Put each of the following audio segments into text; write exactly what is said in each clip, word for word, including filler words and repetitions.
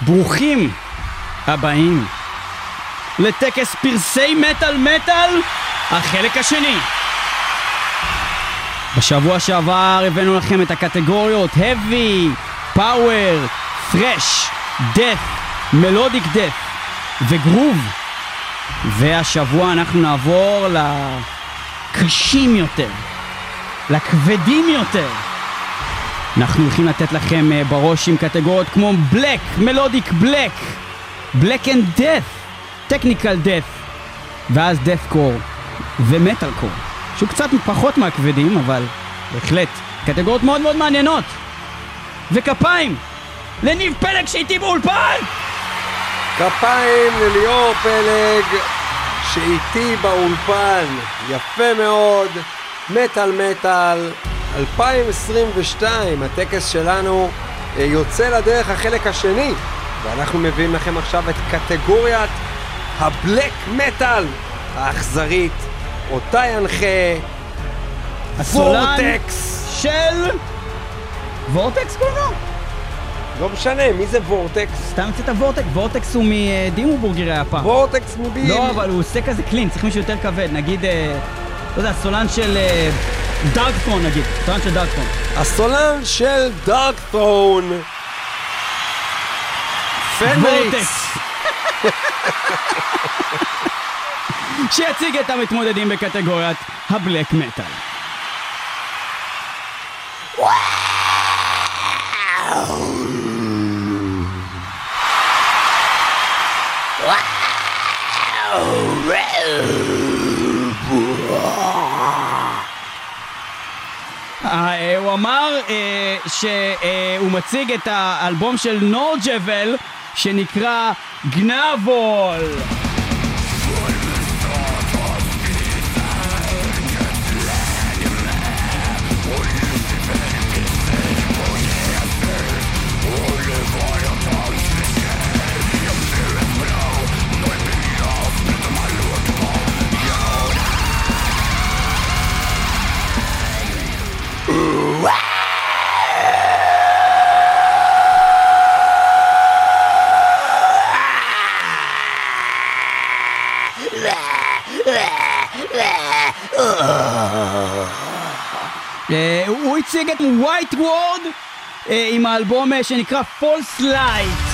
ברוכים הבאים לטקס פרסי מטל מטל, החלק השני. בשבוע שעבר הבאנו לכם את הקטגוריות Heavy, Power, Thrash, Death, Melodic Death וגרוב. והשבוע אנחנו נעבור לקשים יותר, לכבדים יותר. אנחנו הולכים לתת לכם בראש עם קטגוריות כמו Black, Melodic Black, Black and Death, Technical Death, ואז Deathcore ומטלקור, שהוא קצת פחות מהכבדים, אבל בהחלט קטגוריות מאוד מאוד מעניינות. וכפיים לניב פלג שאיתי באולפן. כפיים לליאור פלג שאיתי באולפן. יפה מאוד. מטל מטל אלפיים עשרים ושתיים, הטקס שלנו יוצא לדרך, החלק השני, ואנחנו מביאים לכם עכשיו את קטגוריית הבלק מטל האכזרית, אותה ינחה וורטקס של וורטקס קוראים? לא משנה, מי זה וורטקס? סתם יצאת וורטקס, וורטקס הוא מדימו בורגר היה פעם. וורטקס מביאים. לא, אבל הוא עושה כזה קלין, צריך מישהו יותר כבד, נגיד, לא יודע, הסולן של דארקטרון נגיד, הסולן של דארקטרון. הסולן של דארקטרון. וורטקס. שיציג את המתמודדים בקטגוריית הבלק מטל. הוא אמר שהוא מציג את האלבום של נורג'בל שנקרא גנבול. הוא הציג את White Word עם האלבום שנקרא False Light.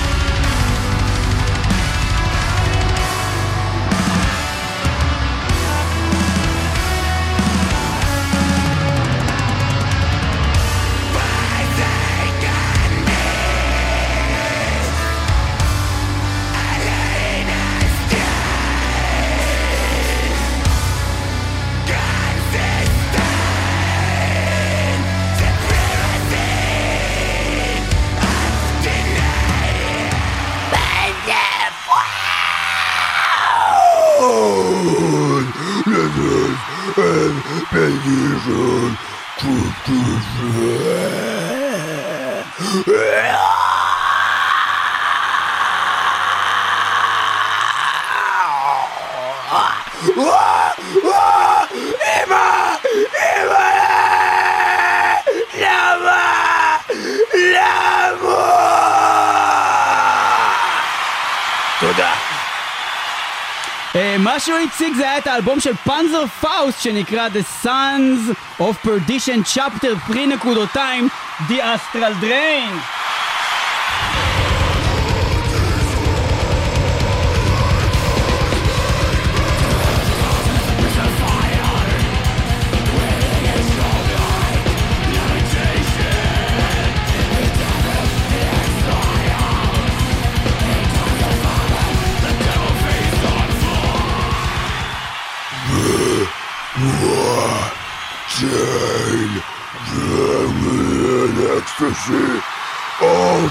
מה שהוא הציג זה היה את האלבום של פנזר פאוסט שנקרא The Sons of Perdition Chapter three נקודותיים The Astral Drain. Ecstasy of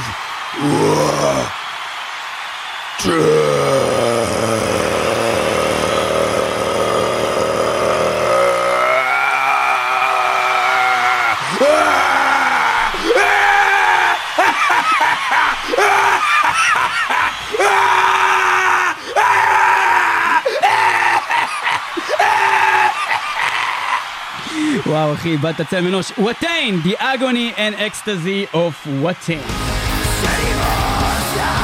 וואו אחי, בת הצל מנוש. Watain, The Agony and Ecstasy of Watain.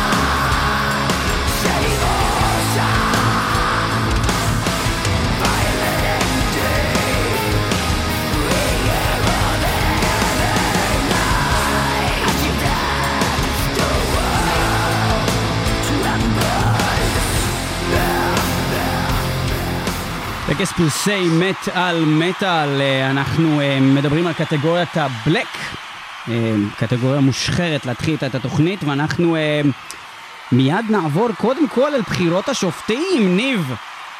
טקס פרסי מטאל מטאל, אנחנו מדברים על קטגוריית הבלק, קטגוריה מושחרת להתחיל את התוכנית, ואנחנו מיד נעבור קודם כל על בחירות השופטים. ניב,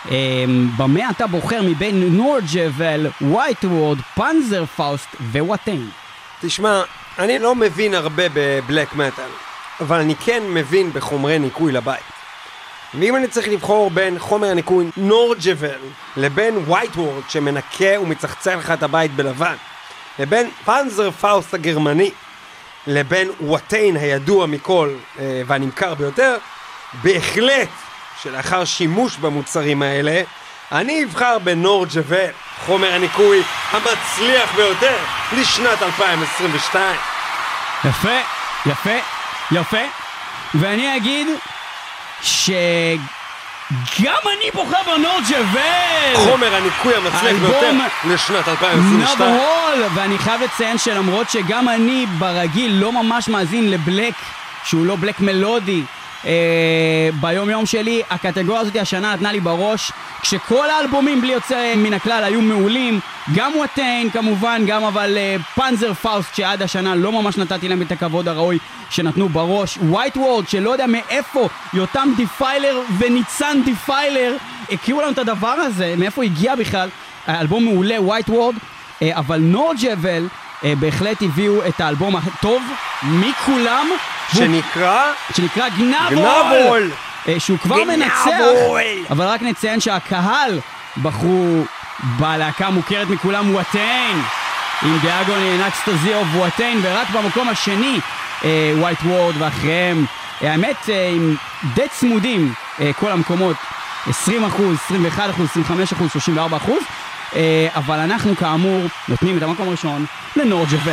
במה אתה בוחר מבין נורג'בל, ווייט וורד, פנזר פאוסט ווואטיין? תשמע, אני לא מבין הרבה בבלק מטאל, אבל אני כן מבין בחומרי ניקוי לבית. ואם אני צריך לבחור בין חומר הניקוי נורג'בל לבין ווייט וורד שמנקה ומצחצח לך את הבית בלבן, לבין פנזר פאוסט הגרמני, לבין ווואטיין הידוע מכל אה, והנמכר ביותר, בהחלט שלאחר שימוש במוצרים האלה, אני אבחר בנורג'בל, חומר הניקוי המצליח ביותר לשנת אלפיים עשרים ושתיים. יפה, יפה, יפה. ואני אגיד שגם אני בוחר בנורג'בל, חומר הניקוי המצליח ביותר לשנת אלפיים עשרים ושתיים. נברול, ואני חייב לציין שלמרות שגם אני ברגיל לא ממש מאזין לבלק, שהוא לא בלק מלודי, אה, ביום יום שלי, הקטגוריה הזאת השנה נתנה לי בראש, כשכל האלבומים בלי יוצא מן הכלל היו מעולים, גם ווואטיין כמובן, גם אבל אה, פנזר פאוסט שעד השנה לא ממש נתתי להם את הכבוד הראוי שנתנו בראש, ווייט וורד שלא יודע מאיפה יותם דיפיילר וניצן דיפיילר הכירו לנו את הדבר הזה, מאיפה הגיע בכלל, האלבום מעולה ווייט וורד, אה, אבל נורג'בל אה, בהחלט הביאו את האלבום הטוב מכולם, שנקרא שנקרא גנבול, גנבול. שהוא כבר גנבול. מנצח, אבל רק נציין שהקהל בחרו בלהקה המוכרת מכולם ווואטיין, עם דיאגוני נקסטזי אוף ווואטיין, ורק במקום השני ווייט וורד, ואחריהם האמת עם די צמודים כל המקומות, עשרים אחוז, עשרים ואחד אחוז, עשרים וחמישה אחוז, שלושים וארבעה אחוז, אבל אנחנו כאמור נותנים את המקום הראשון לנורג'בל.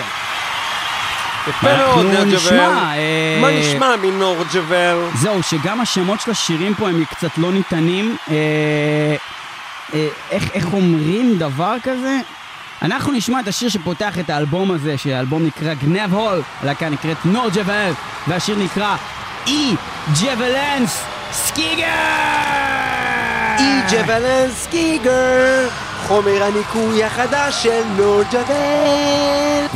יפה מאוד, נורג'בל. אה, מה נשמע מנורג'בל? זהו, שגם השמות של השירים פה הם קצת לא ניתנים. אה, אה, איך, איך אומרים דבר כזה? אנחנו נשמע את השיר שפותח את האלבום הזה, שהאלבום נקרא גנבול, הלהקה נקראת נורג'בל, והשיר נקרא אי ג'בלנס סקיגר! אי ג'בלנס סקיגר, חומר הניקוי החדש של נורג'בל.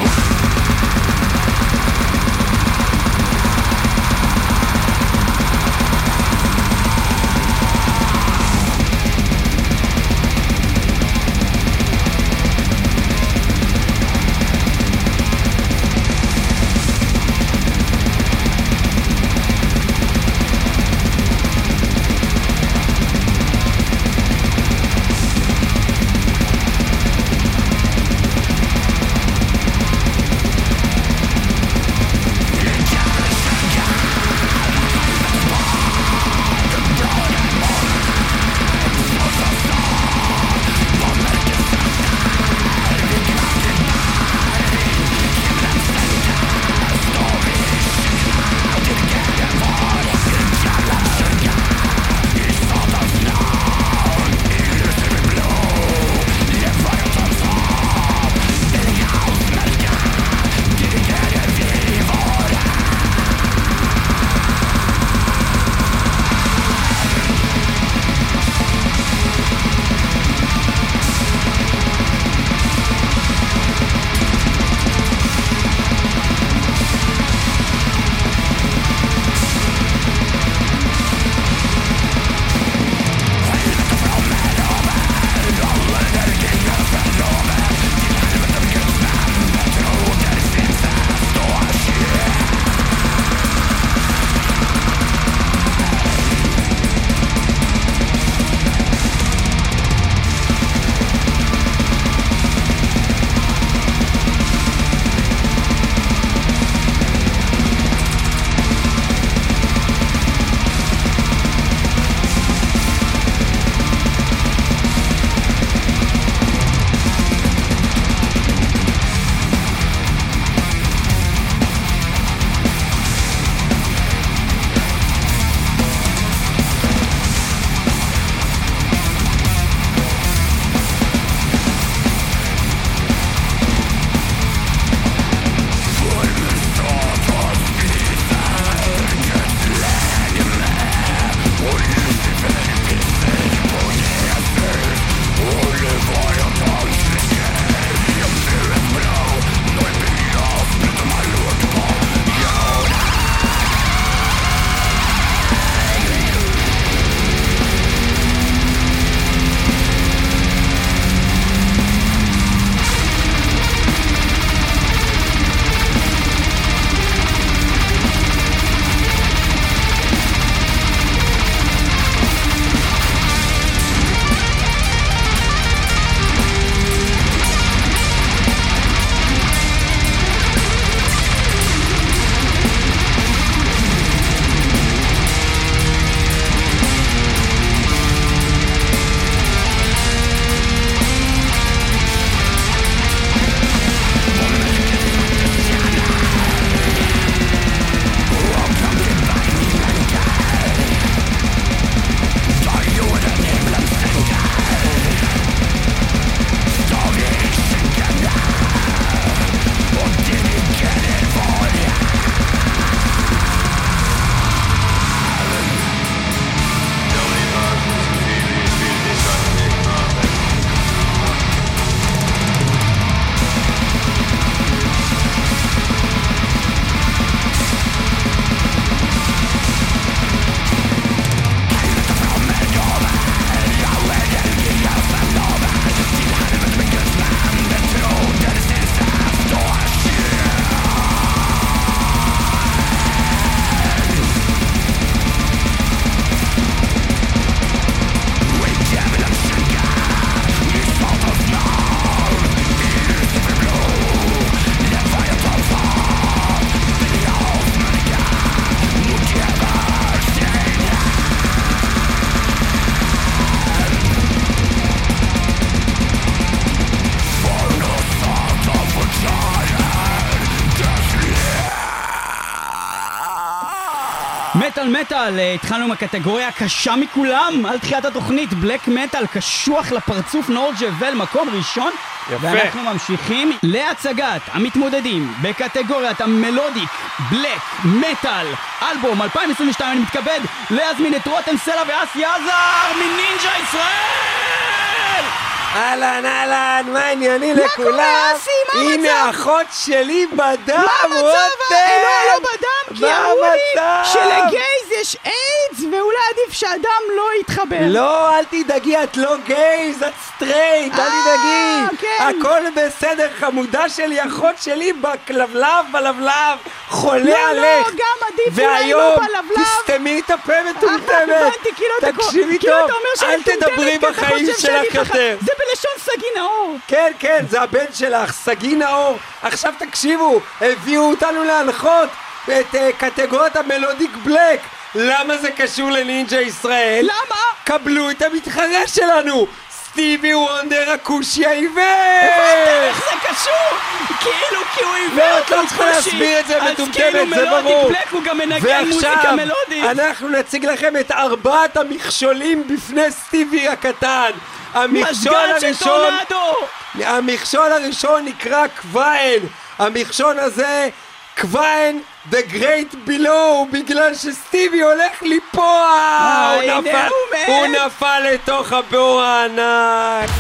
מטל, התחלנו עם הקטגוריה הקשה מכולם על תחילת התוכנית, בלק מטל, קשוח לפרצוף, נורג'בל, מקום ראשון. יפה. ואנחנו ממשיכים להצגת המתמודדים בקטגוריית המלודיק בלק מטל אלבום אלפיים עשרים ושתיים. אני מתכבד להזמין את רותם סלע ואסי עזר מנינג'ה ישראל. אהלן אהלן, מה העניינים מה לכולם? קורה, אסי? מה המצב? הנה אחות שלי בדם, מה המצב? רותם! לא, לא בדם, כי מה אמרו לי המצב? שלגייז יש איידס ואולי עדיף שאדם לא יתחבר. לא, אל תדאגי, את לא גייז, את סטרייט, אל אה, תדאגי. כן. הכל בסדר, חמודה שלי, אחות שלי בכלבלב, בלבלב, חולה לא, עליך. לא, גם עדיף אולי לא והיום, בלבלב. תסתמי את הפה מטומטמת. הבנתי, כאילו אתה תקשיבי כאילו טוב, אתה אומר שאני אל מטומטמת, תדברי כי אתה בחיים חושב שאני שלך חכם. יותר. זה בלשון סגי נאור. כן, כן, זה הבן שלך, סגי נאור. עכשיו תקשיבו, הביאו אותנו להנחות את uh, קטגוריית המלודיק בלק. למה זה קשור לנינג'ה ישראל? למה? קבלו את המתחרה שלנו, סטיבי וונדר הכושי העיוור! איך זה קשור? כאילו כי הוא עיוור. לא, את לא צריכה להסביר את זה מטומטמת, זה ברור. אז כאילו מלודיק בלק הוא גם מנגן מוזיקה מלודית. ועכשיו אנחנו נציג לכם את ארבעת המכשולים בפני סטיבי הקטן. המכשול מזגן של הראשון, טורנדו. המכשול הראשון נקרא קוויין. המכשול הזה, קוויין The Great Below, בגלל שסטיבי הולך ליפוע. אה, הוא הנה נפל, הוא מת. הוא נפל לתוך הבור הענק.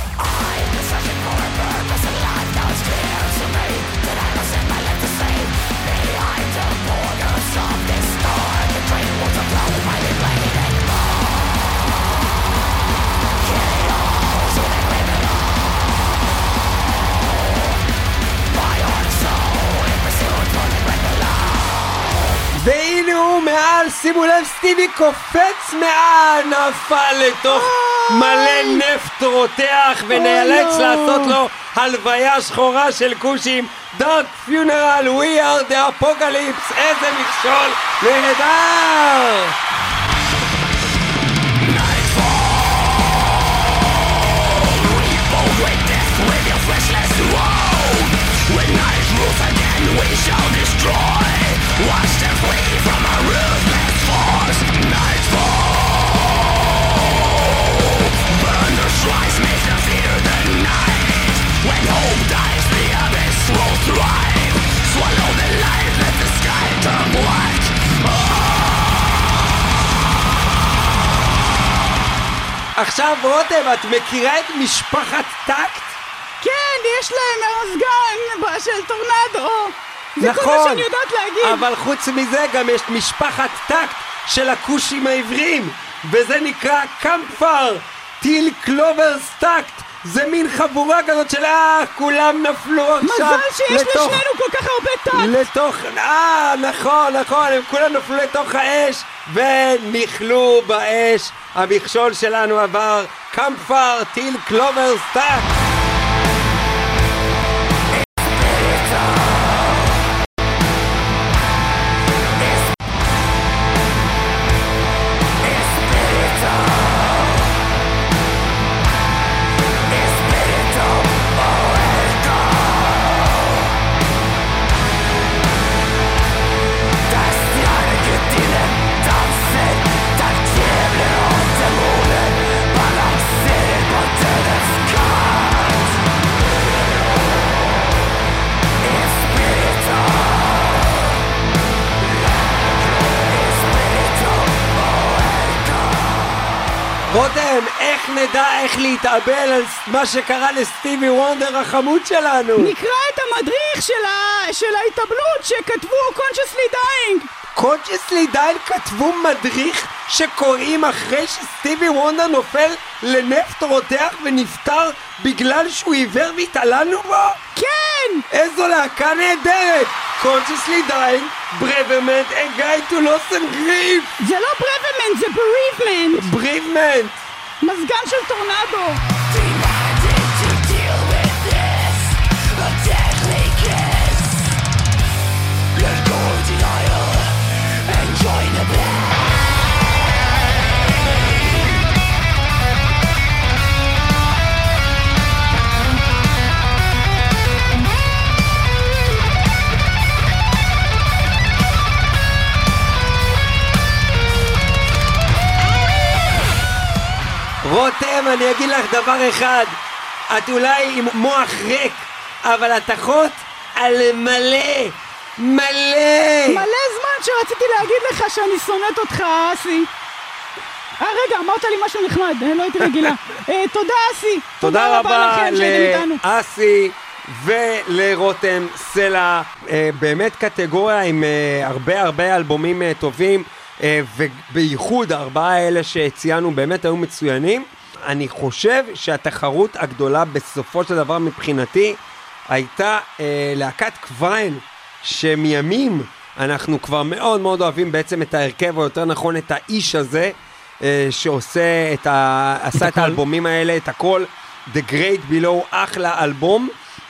והנה הוא מעל, שימו לב, סטיבי קופץ מעל, נפל לתוך מלא נפט רותח ונאלץ לעשות לו הלוויה שחורה של כושים. דארק פיונרל, we are the apocalypse. איזה מכשול נהדר! Watch them flee from a ruthless force. Nightfall, burn their shrines, make them fear the night. When hope dies, the abyss will thrive. Swallow the light, let the sky turn black. עכשיו רותם, את מכירה את משפחת טקט? כן, יש להם מזגן של טורנדו. זה כל נכון, מה שאני יודעת להגיד. אבל חוץ מזה גם יש משפחת טקט של הכושים העברים, וזה נקרא קמפר, טיל קלוברס טקט. זה מין חבורה כזאת של אה, כולם נפלו עכשיו מזל שיש לתוך, לשנינו כל כך הרבה טקט. לתוך, אה, נכון, נכון, הם כולם נפלו לתוך האש ונכלו באש. המכשול שלנו עבר, קמפר, טיל קלוברס טקט. רותם, איך נדע איך להתאבל על מה שקרה לסטיבי וונדר החמוד שלנו? נקרא את המדריך של, ה... של ההתאבלות שכתבו Consciously Dying. Consciously Dying כתבו מדריך שקוראים אחרי שסטיבי וונדר נופל לנפט רותח ונפטר בגלל שהוא עיוור והתעלנו בו? כן! איזו להקה נהדרת! Consciously Dying, Braverment, A Guide to Loss and Grief! זה לא Braverment, זה Bereavement! Bereavement! מזגן של טורנדו! אני אגיד לך דבר אחד, את אולי עם מוח ריק, אבל את אחות על מלא, מלא. מלא זמן שרציתי להגיד לך שאני שונאת אותך, אסי. אה, רגע, אמרת לי משהו נחמד, לא הייתי רגילה. תודה, אסי. תודה רבה לאסי ולרותם סלע. באמת קטגוריה עם הרבה הרבה אלבומים טובים, ובייחוד הארבעה האלה שציינו באמת היו מצוינים. אני חושב שהתחרות הגדולה בסופו של דבר מבחינתי הייתה להקת קוויין, שמימים אנחנו כבר מאוד מאוד אוהבים בעצם את ההרכב, או יותר נכון את האיש הזה, שעושה את ה... עשה את האלבומים האלה, את הכל. The Great Below, אחלה אלבום.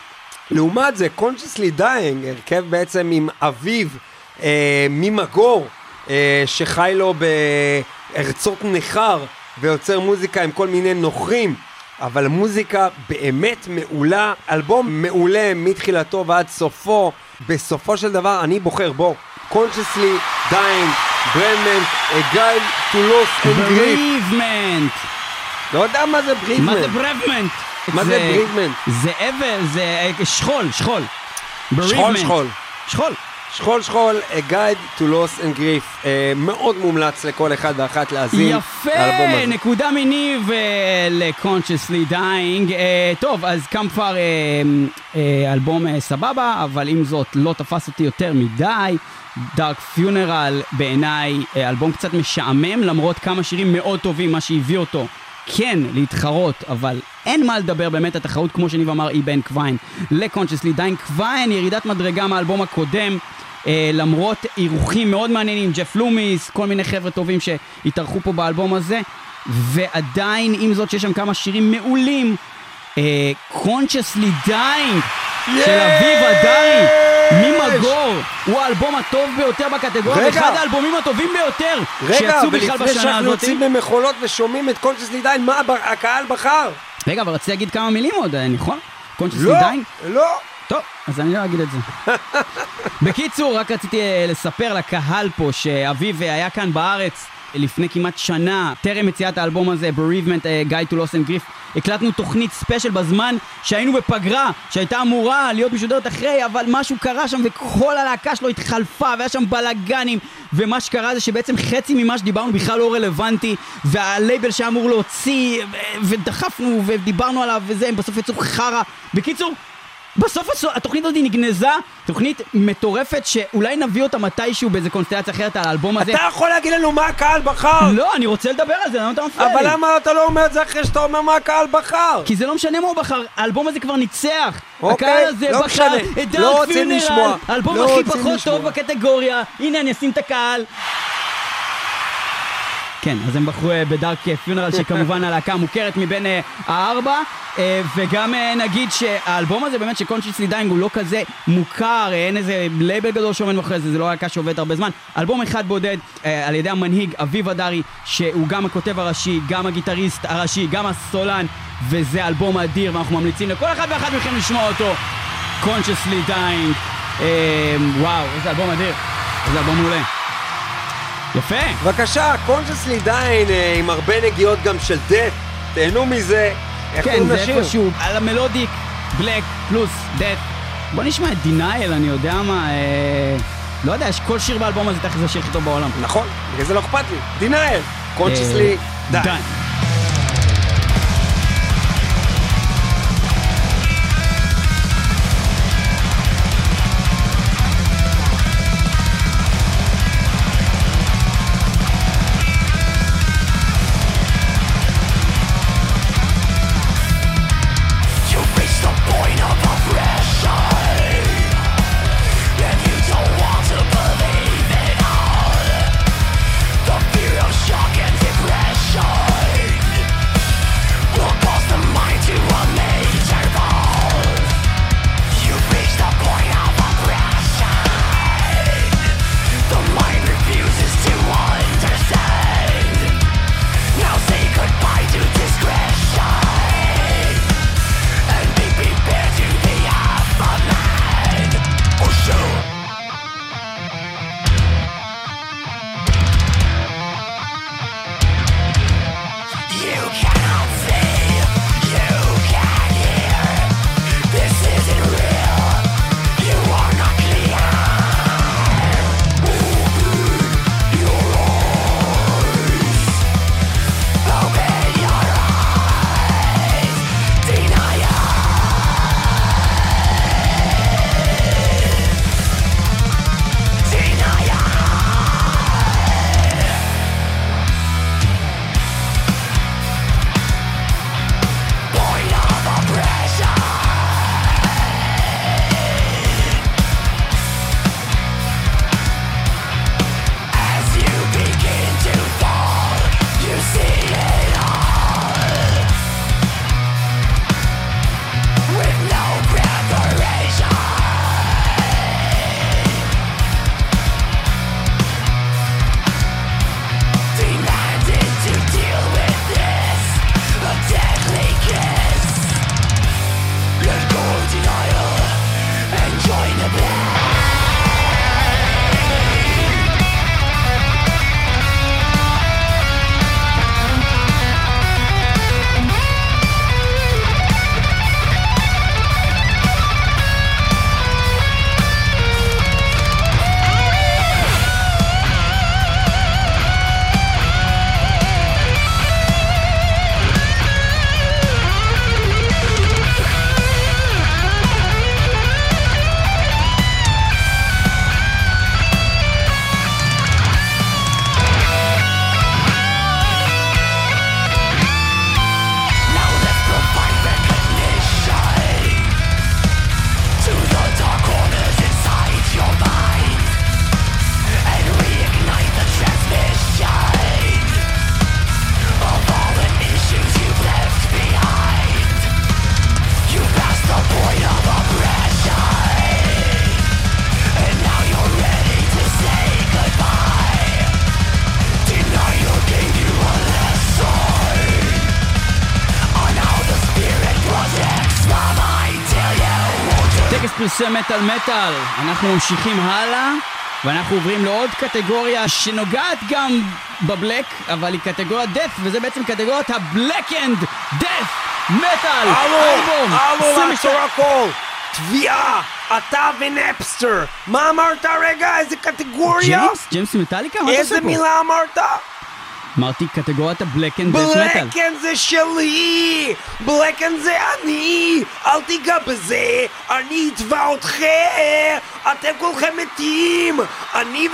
לעומת זה, Consciously Dying, הרכב בעצם עם אביו אה, ממגור, אה, שחי לו בארצות נחר, ויוצר מוזיקה עם כל מיני נוחרים, אבל מוזיקה באמת מעולה, אלבום מעולה מתחילתו ועד סופו. בסופו של דבר אני בוחר בו Consciously Dying, Bereavement, A Guide to Loss and Grief. Bereavement. לא יודע מה זה Bereavement. מה זה Bereavement? מה זה Bereavement? זה אבל, זה שכול, שכול. שכול, שכול. שכול. שכול, שכול, A Guide to Loss and Grief. uh, מאוד מומלץ לכל אחד ואחת להאזין. יפה, נקודה מניב ל-Consciously Dying. uh, טוב, אז קמפר uh, uh, אלבום uh, סבבה, אבל עם זאת לא תפס אותי יותר מדי. Dark Funeral בעיניי uh, אלבום קצת משעמם, למרות כמה שירים מאוד טובים, מה שהביא אותו כן להתחרות, אבל אין מה לדבר באמת. התחרות כמו שניב אמר היא בין קוויין ל-Consciously Dying. קוויין ירידת מדרגה מהאלבום הקודם, אה, למרות אירוחים מאוד מעניינים, ג'ף לומיס, כל מיני חבר'ה טובים שהתארחו פה באלבום הזה, ועדיין עם זאת שיש שם כמה שירים מעולים. אה, Consciously Dying של אביב אדרי ממגור הוא האלבום הטוב ביותר בקטגוריה, אחד האלבומים הטובים ביותר שיצאו בכלל בשנה הזאת. רגע, ולפני שאנחנו יוצאים במחולות ושומעים את Consciously Dying, מה הקהל בחר? רגע, אבל רציתי להגיד כמה מילים עוד, נכון? Consciously לא, Dying? לא. טוב, אז אני לא אגיד את זה. בקיצור, רק רציתי לספר לקהל פה שאביב היה כאן בארץ לפני כמעט שנה, טרם מציאת האלבום הזה, Bereavement, Guide to Loss and Grief. הקלטנו תוכנית ספיישל בזמן שהיינו בפגרה, שהייתה אמורה להיות משודרת אחרי, אבל משהו קרה שם וכל הלהקה שלו התחלפה, והיה שם בלגנים, ומה שקרה זה שבעצם חצי ממה שדיברנו בכלל לא רלוונטי, והלייבל שאמור להוציא, ודחפנו ודיברנו עליו וזה, הם בסוף יצאו חרה. בקיצור, בסוף התוכנית הזאת נגנזה, תוכנית מטורפת שאולי נביא אותה מתישהו באיזה קונסטלציה אחרת על האלבום הזה. אתה יכול להגיד לנו מה הקהל בחר? לא, אני רוצה לדבר על זה, למה אתה מפריע לי? אבל למה אתה לא אומר את זה אחרי שאתה אומר מה הקהל בחר? כי זה לא משנה מה הוא בחר, האלבום הזה כבר ניצח. אוקיי, הקהל הזה לא בחר משנה. את לא דארק רוצים פיונרל, לשמוע. האלבום לא הכי רוצים פחות לשמוע. טוב בקטגוריה. הנה אני אשים את הקהל. כן, אז הם בחרו בדארק פיונרל, שכמובן הלהקה מוכרת מבין הארבע, וגם נגיד שהאלבום הזה באמת ש-Consciously Dying הוא לא כזה מוכר, אין איזה לייבל גדול שעומד מאחורי זה, זה לא להקה שעובדת הרבה זמן. אלבום אחד בודד על ידי המנהיג אביב אדרי, שהוא גם הכותב הראשי, גם הגיטריסט הראשי, גם הסולן, וזה אלבום אדיר, ואנחנו ממליצים לכל אחד ואחת מכם לשמוע אותו. Consciously Dying, וואו, איזה אלבום אדיר, איזה אלבום מעולה. יפה. בבקשה, Consciously Dying עם הרבה נגיעות גם של דאט, תהנו מזה. כן, זה איפשהו על המלודיק, בלק פלוס דאט. בוא נשמע את דינייל, אני יודע מה, אה, לא יודע, יש כל שיר באלבום הזה תכף זה השיר הכי טוב בעולם. נכון, בגלל זה לא אכפת לי. דינייל, Consciously Dying. Shock and depression פרסם מטל מטל. אנחנו ממשיכים הלאה ואנחנו עוברים לעוד קטגוריה שנוגעת גם בבלק, אבל היא קטגוריה דף, וזה בעצם קטגוריית הבלק אנד דף מטל. אלו, אלו, לעצור הכל. תביעה, אתה ונפסטר. מה אמרת רגע? איזה קטגוריה? ג'יימס? ג'יימס מטליקה? מה אתה עושה פה? איזה מילה אמרת? אמרתי קטגוריית הבלק אנד דף מטל. בלק אנד זה שלי! בלק אנד זה אני! אל תיגע בזה! אני אתבע אתכם! אתם כולכם מתים! אני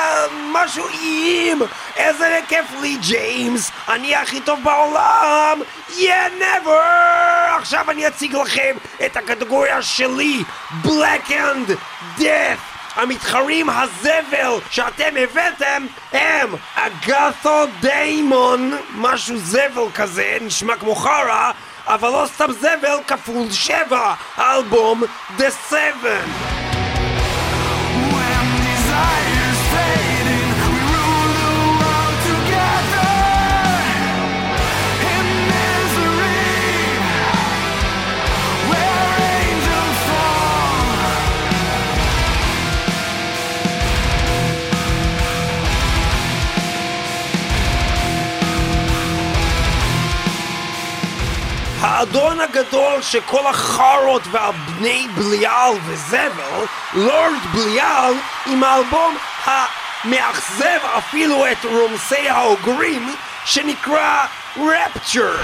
ומשהו עם! איזה כיף לי ג'יימס! אני הכי טוב בעולם! Yeah, never! עכשיו אני אציג לכם את הקטגוריה שלי! בלק אנד דף! המתחרים הזבל שאתם הבאתם הם אגת'ו דיימון, משהו זבל כזה, נשמע כמו חרה, אבל לא סתם זבל, כפול שבע, האלבום The Seven. האדון הגדול שכל החרות והבני בליאל וזבל, לורד בליאל, עם האלבום המאכזב אפילו את רומסי האוגרים, שנקרא רפצ'ר.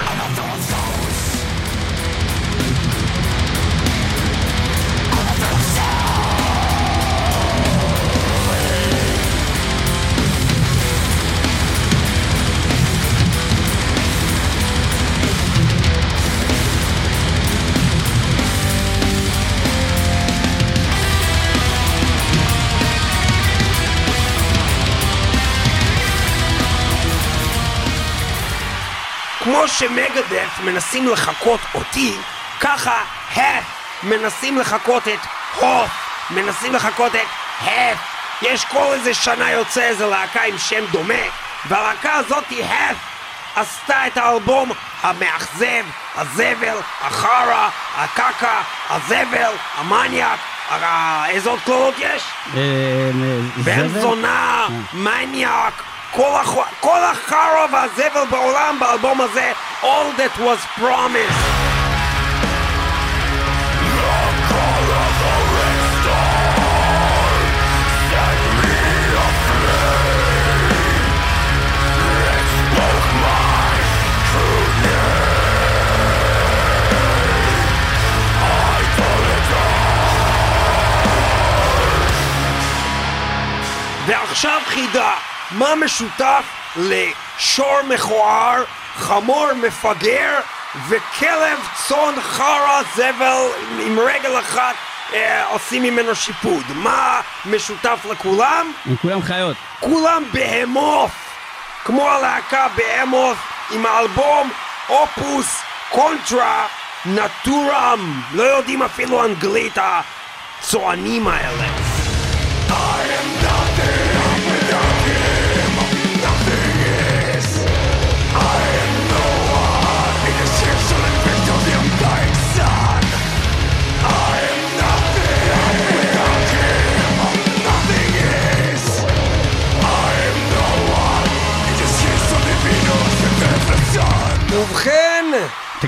כמו שמגדף מנסים לחכות אותי, ככה הף מנסים לחכות את הוף, מנסים לחכות את הף. יש כל איזה שנה יוצא איזה להקה עם שם דומה, והלהקה הזאת הף עשתה את האלבום המאכזב, הזבל, החרה, הקקה, הזבל, המניאק, איזה עוד כללות יש? בן זונה, מניאק, כל החרה והזבל בעולם באלבום הזה, All That Was Promised. ועכשיו חידה, מה משותף לשור מכוער, חמור מפגר וכלב צאן חרה זבל עם רגל אחת אה, עושים ממנו שיפוד? מה משותף לכולם? הם כולם חיות. כולם בהמות, כמו הלהקה בהמות עם האלבום אופוס קונטרה נטורם. לא יודעים אפילו אנגלית הצוענים האלה.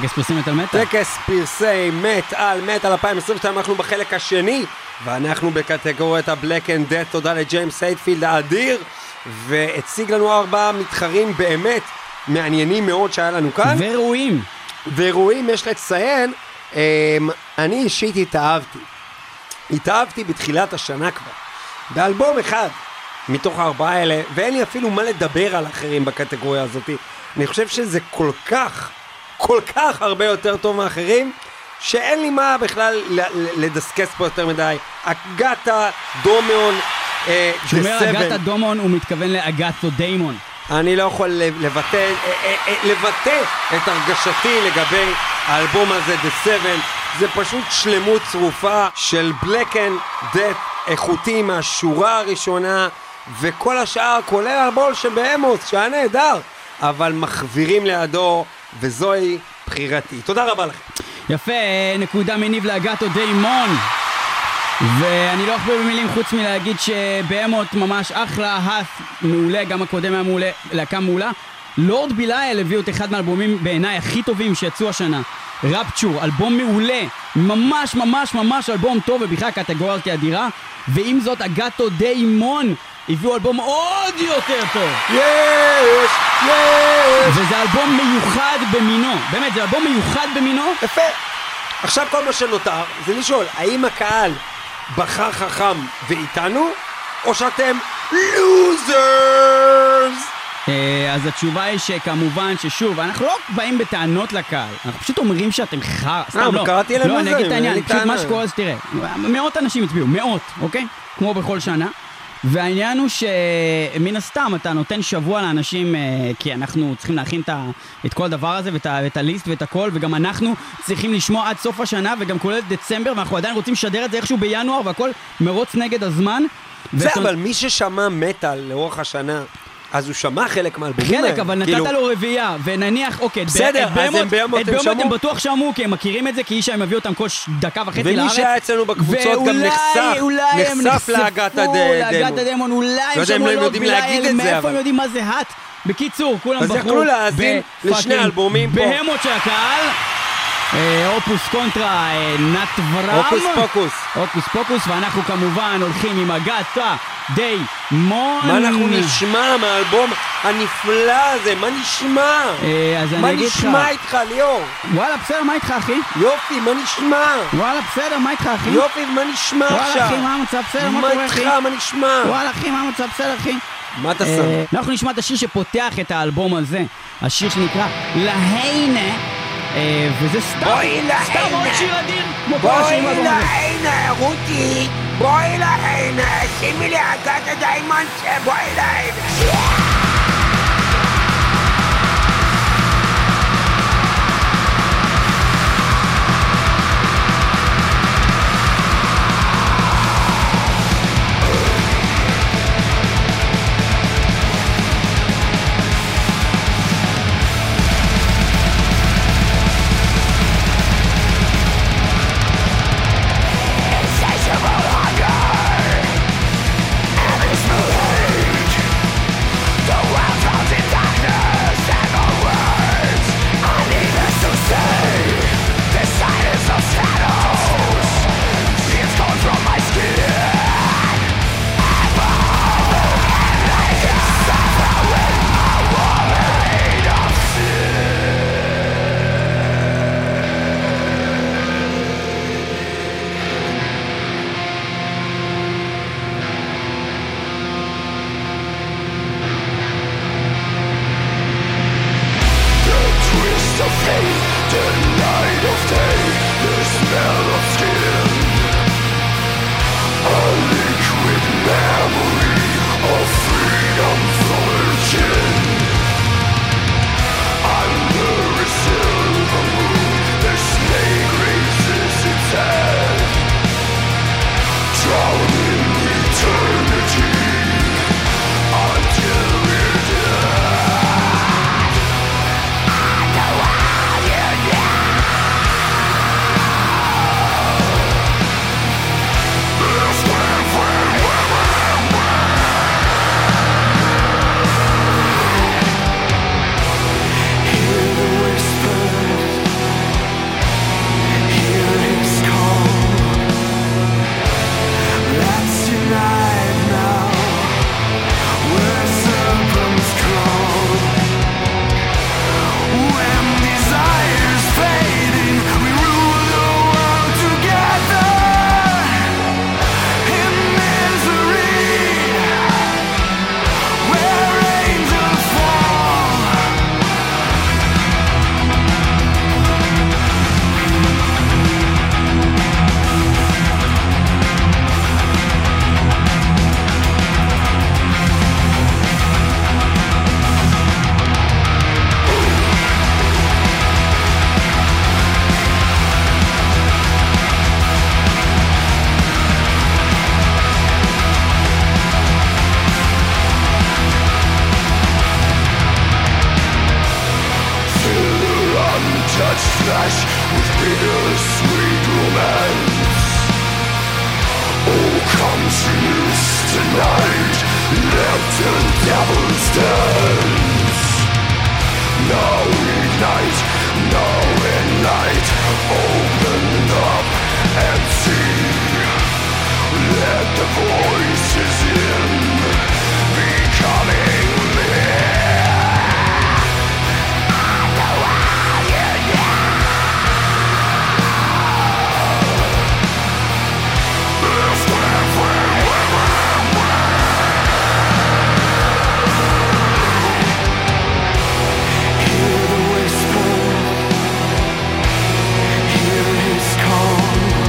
טקס פרסי מטל מטל. טקס פרסי מטל מטל אלפיים עשרים ושתיים, אנחנו בחלק השני, ואנחנו בקטגוריית ה-Black and Death. תודה לג'יימס הייטפילד האדיר, והציג לנו ארבעה מתחרים באמת מעניינים מאוד שהיה לנו כאן. וראויים. וראויים, יש לציין, אני אישית התאהבתי. התאהבתי בתחילת השנה כבר. באלבום אחד מתוך הארבעה האלה, ואין לי אפילו מה לדבר על אחרים בקטגוריה הזאת. אני חושב שזה כל כך, כל כך הרבה יותר טוב מאחרים, שאין לי מה בכלל לדסקס פה יותר מדי. אגתה דומון, שאומר אגתה דומון, הוא מתכוון לאגתו דיימון. אני לא יכול לבטא, לבטא את הרגשתי לגבי האלבום הזה, The Seven. זה פשוט שלמות צרופה של Black and Death איכותי מהשורה הראשונה, וכל השאר כולל הרבול שבאמוס, שהיה נהדר, אבל מחבירים לידו, וזוהי בחירתי. תודה רבה לכם. יפה, נקודה מניב לאגתו דיימון. ואני לא אכביר במילים חוץ מלהגיד שבאמות ממש אחלה, האס מעולה, גם הקודם היה מעולה, להקה מעולה. לורד בילייל הביאו את אחד מהאלבומים בעיניי הכי טובים שיצאו השנה, רפצ'ור, אלבום מעולה, ממש ממש ממש אלבום טוב, ובכלל קטגוריה אדירה. ועם זאת אגתו דיימון הביאו אלבום עוד יותר טוב. יש, יש. וזה אלבום מיוחד במינו, באמת זה אלבום מיוחד במינו. יפה. עכשיו כל מה שנותר זה לשאול, האם הקהל בחר חכם ואיתנו, או שאתם לוזרס? אז התשובה היא שכמובן ששוב, אנחנו לא באים בטענות לקהל, אנחנו פשוט אומרים שאתם חר... סתם לא, קראתי אליהם לא, אני אגיד את העניין, לי פשוט טענה. מה שקורה, אז תראה, מאות אנשים הצביעו, מאות, אוקיי? כמו בכל שנה. והעניין הוא שמן הסתם אתה נותן שבוע לאנשים, כי אנחנו צריכים להכין את, ה, את כל הדבר הזה ואת, ה, את הליסט ואת הכל, וגם אנחנו צריכים לשמוע עד סוף השנה וגם כולל דצמבר, ואנחנו עדיין רוצים לשדר את זה איכשהו בינואר, והכל מרוץ נגד הזמן. זה ואתה... אבל מי ששמע מטל לאורך השנה, אז הוא שמע חלק מהאלבומים. חלק, אבל נתת לו רביעייה, ונניח, אוקיי, בסדר, אז הם ביומות הם שמעו. הם בטוח שמעו, כי הם מכירים את זה, כי איש הם מביא אותם כל דקה וחצי לארץ. ומי שהיה אצלנו בקבוצות גם נחשף, נחשף להגת הדמון. אולי הם שמעו לורד בילייל, מאיפה הם יודעים מה זה האט? בקיצור, כולם בחרו. אז יכלו להאזין לשני אלבומים פה. בהמות של הקהל. אופוס קונטרה, נטברם. אופוס פוקוס. אופוס פוקוס, ואנחנו כמובן הולכים עם אגתה דיימון. מה אנחנו נשמע מהאלבום הנפלא הזה? מה נשמע? מה נשמע איתך, ליאור? וואלה, בסדר, מה איתך, אחי? יופי, מה נשמע? וואלה, בסדר, מה איתך, אחי? יופי, מה נשמע עכשיו? וואלה, אחי, מה המצב? בסדר, מה קורה, אחי? מה איתך, מה נשמע? וואלה, אחי, מה המצב? בסדר, אחי? מה אתה שם? אנחנו נשמע את השיר שפותח את האלבום הזה, השיר שנקרא להינה. וזה סתם, סתם עוד שיר אדיר, כמו כל השירים באלבום הזה. בואי להינה, רותי, בואי להינה, שימי לי אגת הדיימון, בואי להינה. Insatiable hunger, endless hate. night, left in devil's dance. Now ignite, now in light, open up and see. Let the voices in, becoming me. I know how you know. This way, way, way, way, Hear the whisper, hear his call.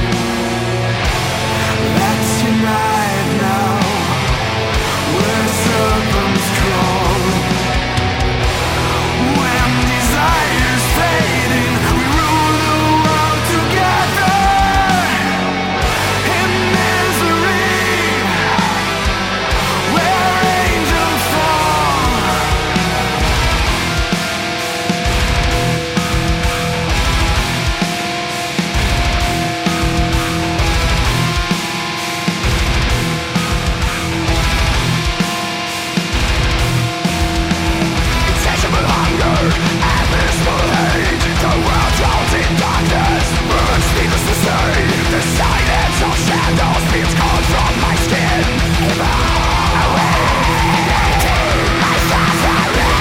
Let's unite now, where serpents crawl. When desire's fading, we rule the world together. In misery, where angels fall. Insatiable hunger, abysmal hate. The world drowns in darkness, burns needless to say. The silence of shadows feels cold from my skin. Awaiting my suffering.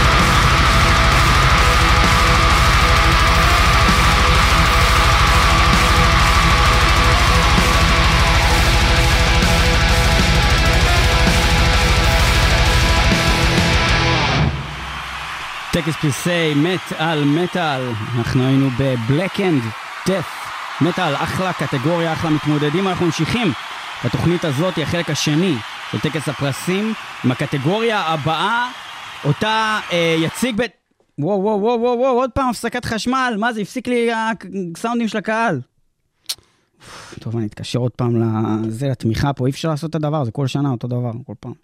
טקס פרסי מטאל מטאל, אנחנו היינו בבלק אנד דף מטאל, אחלה קטגוריה, אחלה מתמודדים. אנחנו ממשיכים, התוכנית הזאת היא החלק השני של טקס הפרסים, עם הקטגוריה הבאה, אותה אה, יציג ב... וואו וואו וואו וואו וואו, עוד פעם הפסקת חשמל, מה זה, הפסיק לי הסאונדים של הקהל. טוב, אני אתקשר עוד פעם לזה, לתמיכה פה, אי אפשר לעשות את הדבר, זה כל שנה אותו דבר, כל פעם.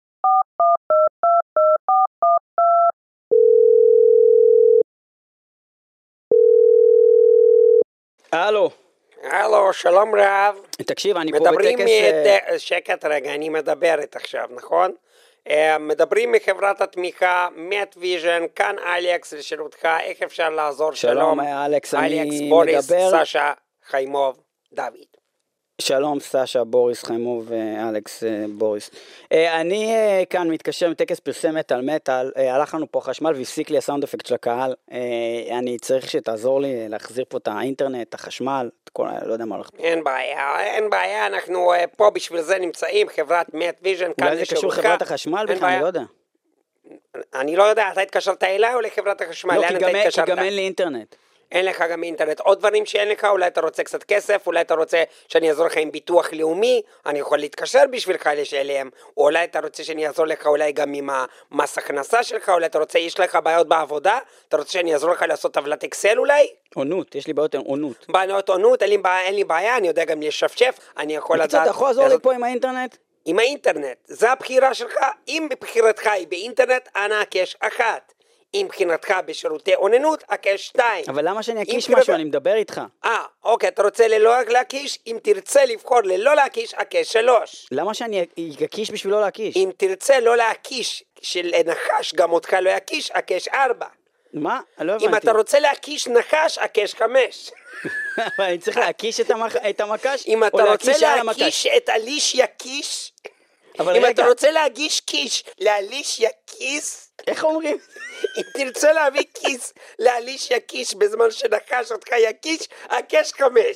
הלו. הלו, שלום רב. תקשיב, אני פה מדברים בטקס... מ... שקט רגע, אני מדברת עכשיו, נכון? מדברים מחברת התמיכה, מט ויז'ן, כאן אלכס לשירותך, איך אפשר לעזור? שלום, אלכס, אני אלכס, בוריס, מדבר... סשה, חיימוב, דוד. שלום, סשה, בוריס, חיימוב ואלכס, בוריס. אני כאן מתקשר מטקס פרסי מטאל מטאל, הלך לנו פה חשמל והפסיק לי הסאונד אפקט של הקהל. אני צריך שתעזור לי להחזיר פה את האינטרנט, את החשמל, את כל, לא יודע מה הולך פה. אין בעיה, אין בעיה, אנחנו פה בשביל זה נמצאים, חברת מט ויז'ן, כאן אולי זה קשור חברת החשמל בכלל, אני לא יודע. אני לא יודע, אתה התקשרת אליי או לחברת החשמל? לא, כי גם אין לי אינטרנט. אין לך גם אינטרנט, עוד דברים שאין לך, אולי אתה רוצה קצת כסף, אולי אתה רוצה שאני אעזור לך עם ביטוח לאומי, אני יכול להתקשר בשבילך אליהם, או אולי אתה רוצה שאני אעזור לך אולי גם עם המס הכנסה שלך, אולי אתה רוצה, יש לך בעיות בעבודה, אתה רוצה שאני אעזור לך לעשות טבלת אקסל אולי? עונות, יש לי בעיות עונות. בעיות עונות, אין לי בעיה, אין לי בעיה, אני יודע גם לשפשף, אני יכול לדעת... קצת, אתה יכול לעזור לי פה עם האינטרנט? עם האינטרנט, זה הבחירה שלך, אם בבחירתך היא באינטרנט, אנא הקש אחת. אם מבחינתך בשירותי אוננות, הקש שתיים. אבל למה שאני אקיש משהו? אני מדבר איתך. אה, אוקיי, אתה רוצה ללא להקיש? אם תרצה לבחור ללא להקיש, הקש שלוש. למה שאני אקיש בשביל לא להקיש? אם תרצה לא להקיש, של נחש גם אותך לא יקיש, הקש ארבע. מה? לא הבנתי. אם אתה רוצה להקיש נחש, הקש חמש. אבל אני צריך להקיש את המקש? אם אתה רוצה להקיש את אליש יקיש, אם אתה רוצה להגיש קיש, לאליש יקיס, איך אומרים? אם תרצה להביא כיס לאליש יקיש בזמן שנחש אותך יקיש, הקש חמש.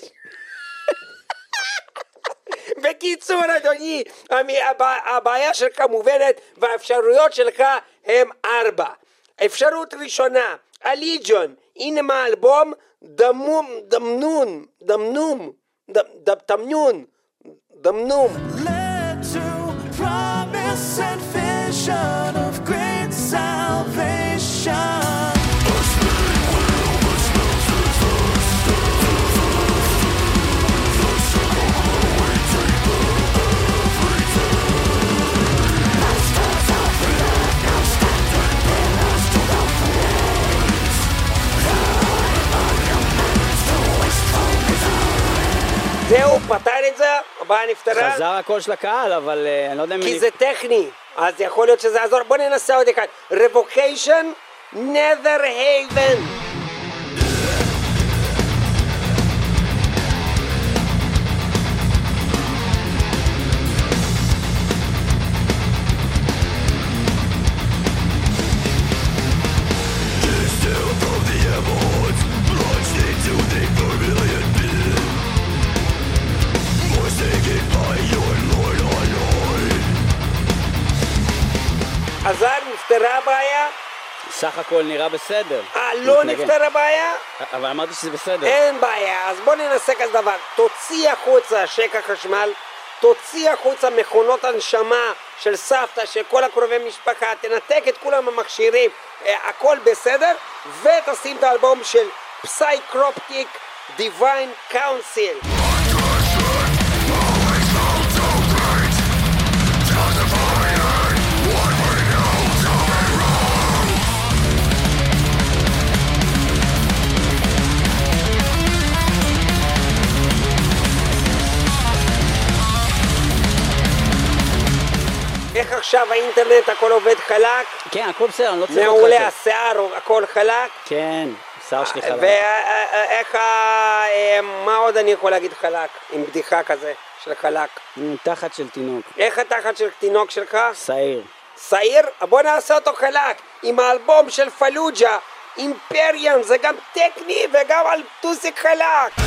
בקיצור אדוני, הבעיה שלך מובנת והאפשרויות שלך הם ארבע. אפשרות ראשונה, הליג'ון, הנה מהאלבום דמום, דמנון, דמנום, דמנון, דמנום. Led to promise and vision of great salvation. זהו, פתר את זה, הבעיה נפתרה. חזר הקול של הקהל, אבל uh, אני לא יודע אם... כי זה טכני, אז יכול להיות שזה יעזור. בוא ננסה עוד אחד. Revocation, Nether Haven. אז נפתרה הבעיה? סך הכל נראה בסדר. אה, לא נפתרה הבעיה? אבל אמרתי שזה בסדר. אין בעיה, אז בוא ננסה כזה דבר. תוציא החוצה שקע חשמל, תוציא החוצה מכונות הנשמה של סבתא, של כל הקרובי משפחה, תנתק את כולם המכשירים, הכל בסדר, ותשים את האלבום של פסייקרופטיק דיוויין קאונסיל. איך עכשיו האינטרנט הכל עובד חלק? כן, הכל בסדר, אני לא צריך אותך. מעולה, השיער הכל חלק? כן, השיער שלי חלק. ואיך, מה עוד אני יכול להגיד חלק? עם בדיחה כזה של חלק. תחת של תינוק. איך התחת של תינוק שלך? שעיר. שעיר? בוא נעשה אותו חלק. עם האלבום של פלוג'ה, אימפריאם, זה גם טכני וגם על טוסיק חלק.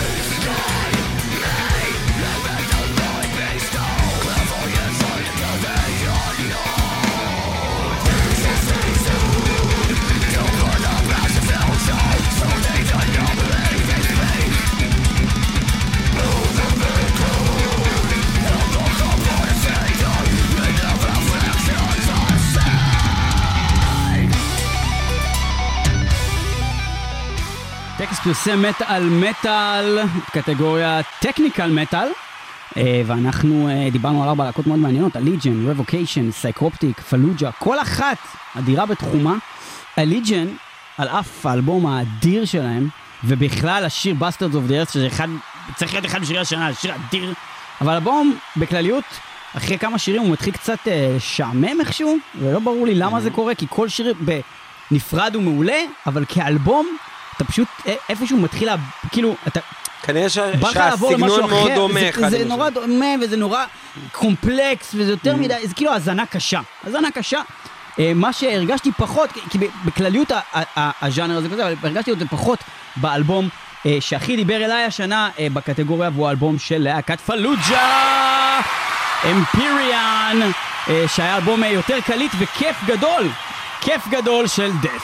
טקס פרסם מטאל מטאל, קטגוריה טכניקל מטאל, ואנחנו דיברנו על ארבע להקות מאוד מעניינות, הליג'ן, רבוקיישן, סייקרופטיק, פלוג'ה, כל אחת אדירה בתחומה. הליג'ן, על אף האלבום האדיר שלהם, ובכלל השיר Bastards of the Earth, שזה אחד, צריך להיות אחד משירי השנה, שיר אדיר, אבל האלבום בכלליות, אחרי כמה שירים הוא מתחיל קצת שעמם איכשהו, ולא ברור לי למה זה קורה, כי כל שיר בנפרד הוא מעולה, אבל כאלבום, אתה פשוט איפשהו מתחיל, כאילו, אתה... כנראה שהסגנון מאוד דומה. זה נורא דומה וזה נורא קומפלקס וזה יותר מדי, זה כאילו הזנה קשה. הזנה קשה. מה שהרגשתי פחות, כי בכלליות הז'אנר הזה כזה, אבל הרגשתי את זה פחות באלבום שהכי דיבר אליי השנה בקטגוריה, והוא האלבום של להקת פלוג'ה, אמפיריאן, שהיה אלבום יותר קליט וכיף גדול, כיף גדול של דף.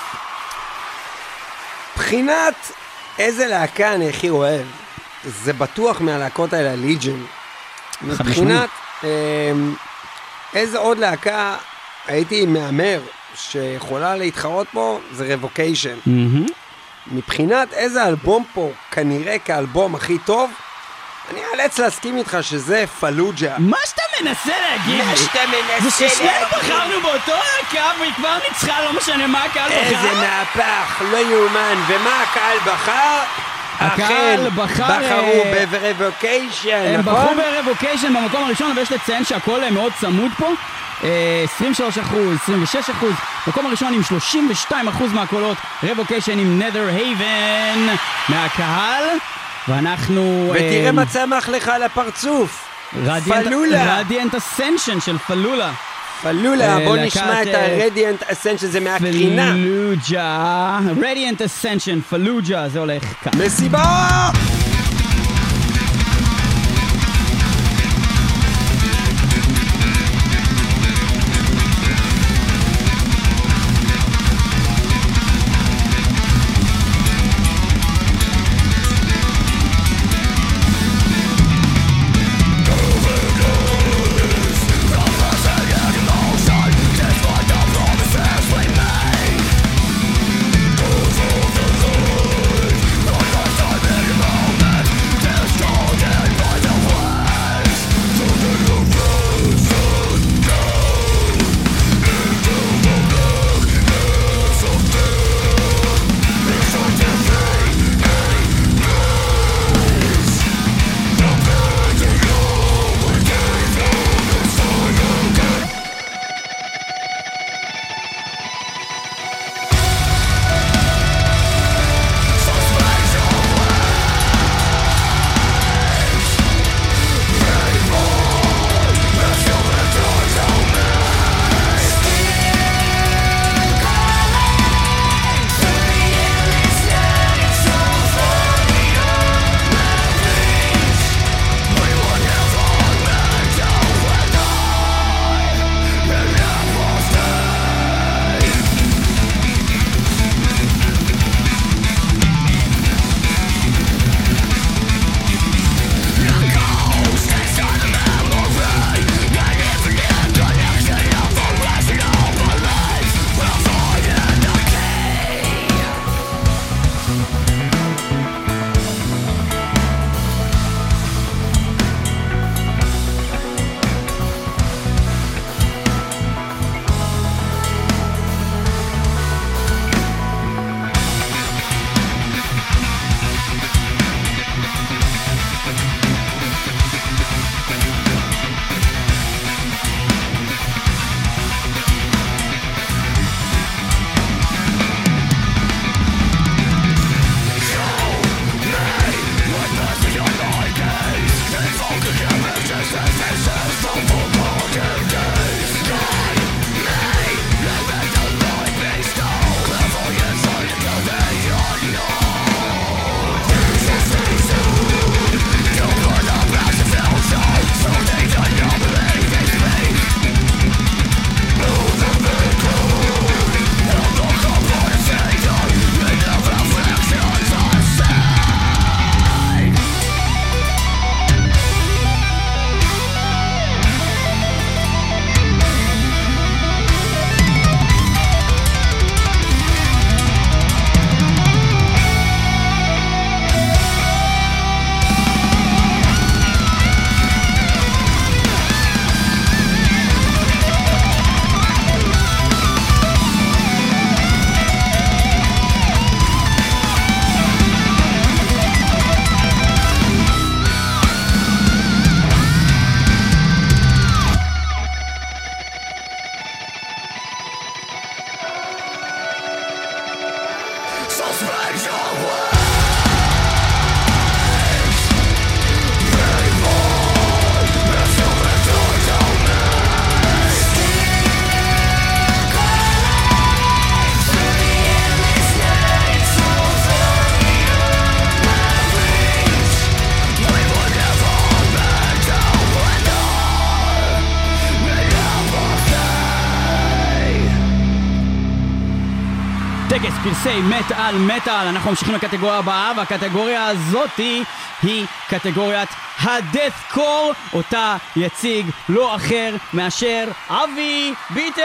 מבחינת איזה להקה אני הכי אוהב, זה בטוח מהלהקות האלה, ליג'ן. מבחינת איזה עוד להקה הייתי מאמר שיכולה להתחרות פה, זה רבוקיישן. מבחינת איזה אלבום פה כנראה כאלבום הכי טוב, אני אאלץ להסכים איתך שזה פלוג'ה. מה שאתה מנסה להגיד? מה שאתה מנסה להגיד? זה ששנינו בחרנו באותו להקה והיא כבר ניצחה, לא משנה מה הקהל בחר. איזה מהפך, לא יאומן. ומה הקהל בחר? הקהל בחר... בחרו ברבוקיישן, הם נכון? בחרו ברבוקיישן במקום הראשון, אבל יש לציין שהכל מאוד צמוד פה. עשרים ושלושה אחוז, עשרים ושש אחוז, מקום הראשון עם שלושים ושתיים אחוז מהקולות, רבוקיישן עם Nether Haven מהקהל, ואנחנו... ותראה מה צמח לך על הפרצוף, פלולה. רדיאנט אסנשן של פלולה. פלולה, בוא נשמע את הרדיאנט אסנשן, זה מהקרינה. פלוג'ה, רדיאנט אסנשן, פלוג'ה, זה הולך כאן. מסיבה! All פרסי מטאל מטאל. אנחנו ממשיכים לקטגוריה הבאה, והקטגוריה הזאת היא קטגוריית הדאת'קור, אותה יציג לא אחר מאשר אבי ביטר.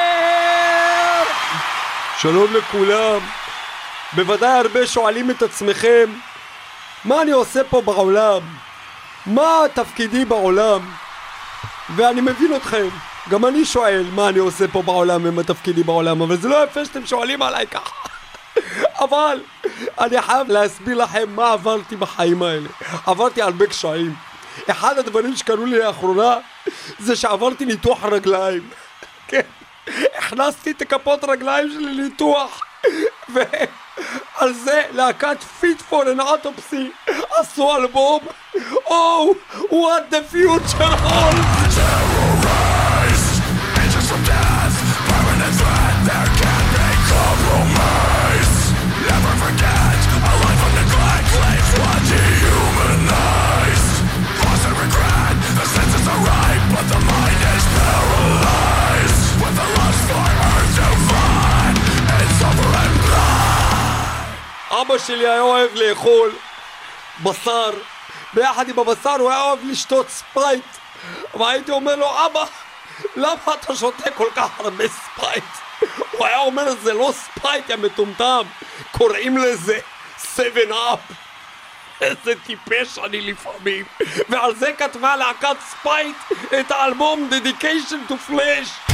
שלום לכולם. בוודאי הרבה שואלים את עצמכם, מה אני עושה פה בעולם? מה תפקידי בעולם? ואני מבין אתכם, גם אני שואל מה אני עושה פה בעולם ומה תפקידי בעולם, אבל זה לא יפה שאתם שואלים עליי ככה. אבל אני חייב להסביר לכם מה עברתי בחיים האלה. עברתי הרבה קשיים. אחד הדברים שקרו לי לאחרונה זה שעברתי ניתוח רגליים. כן, הכנסתי את כפות רגליים שלי לניתוח, ועל זה להקת Fit for an Autopsy עשו אלבום Oh, what the future holds. Terrorized, angels of death, permanent threat, there can't be compromise. Never forget, a life of neglect leaves one dehumanized. Constant regret, the senses are right, but the mind is paralyzed. With the lust for earth divine, and suffer and blood. אבא שלי היה אוהב לאכול בשר, ביחד עם הבשר הוא היה אוהב לשתות ספרייט, והייתי אומר לו, אבא, למה אתה שותה כל כך הרבה ספרייט? הוא היה אומר, זה לא ספרייט, יא מטומטם, קוראים לזה סבן אפ. איזה טיפש אני לפעמים. ועל זה כתבה להקת ספרייט את האלבום Dedication to Flesh.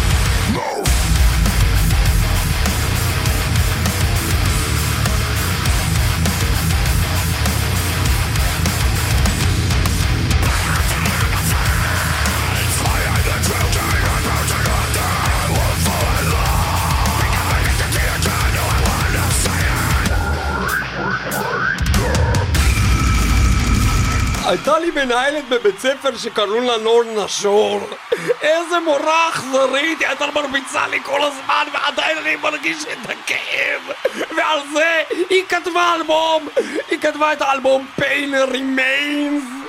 הייתה לי מנהלת בבית ספר שקראו לה נור נשור. איזה מורה אכזרית, היא הייתה מרביצה לי כל הזמן ועדיין אני מרגיש את הכאב. ועל זה היא כתבה אלבום, היא כתבה את האלבום Pain Remains.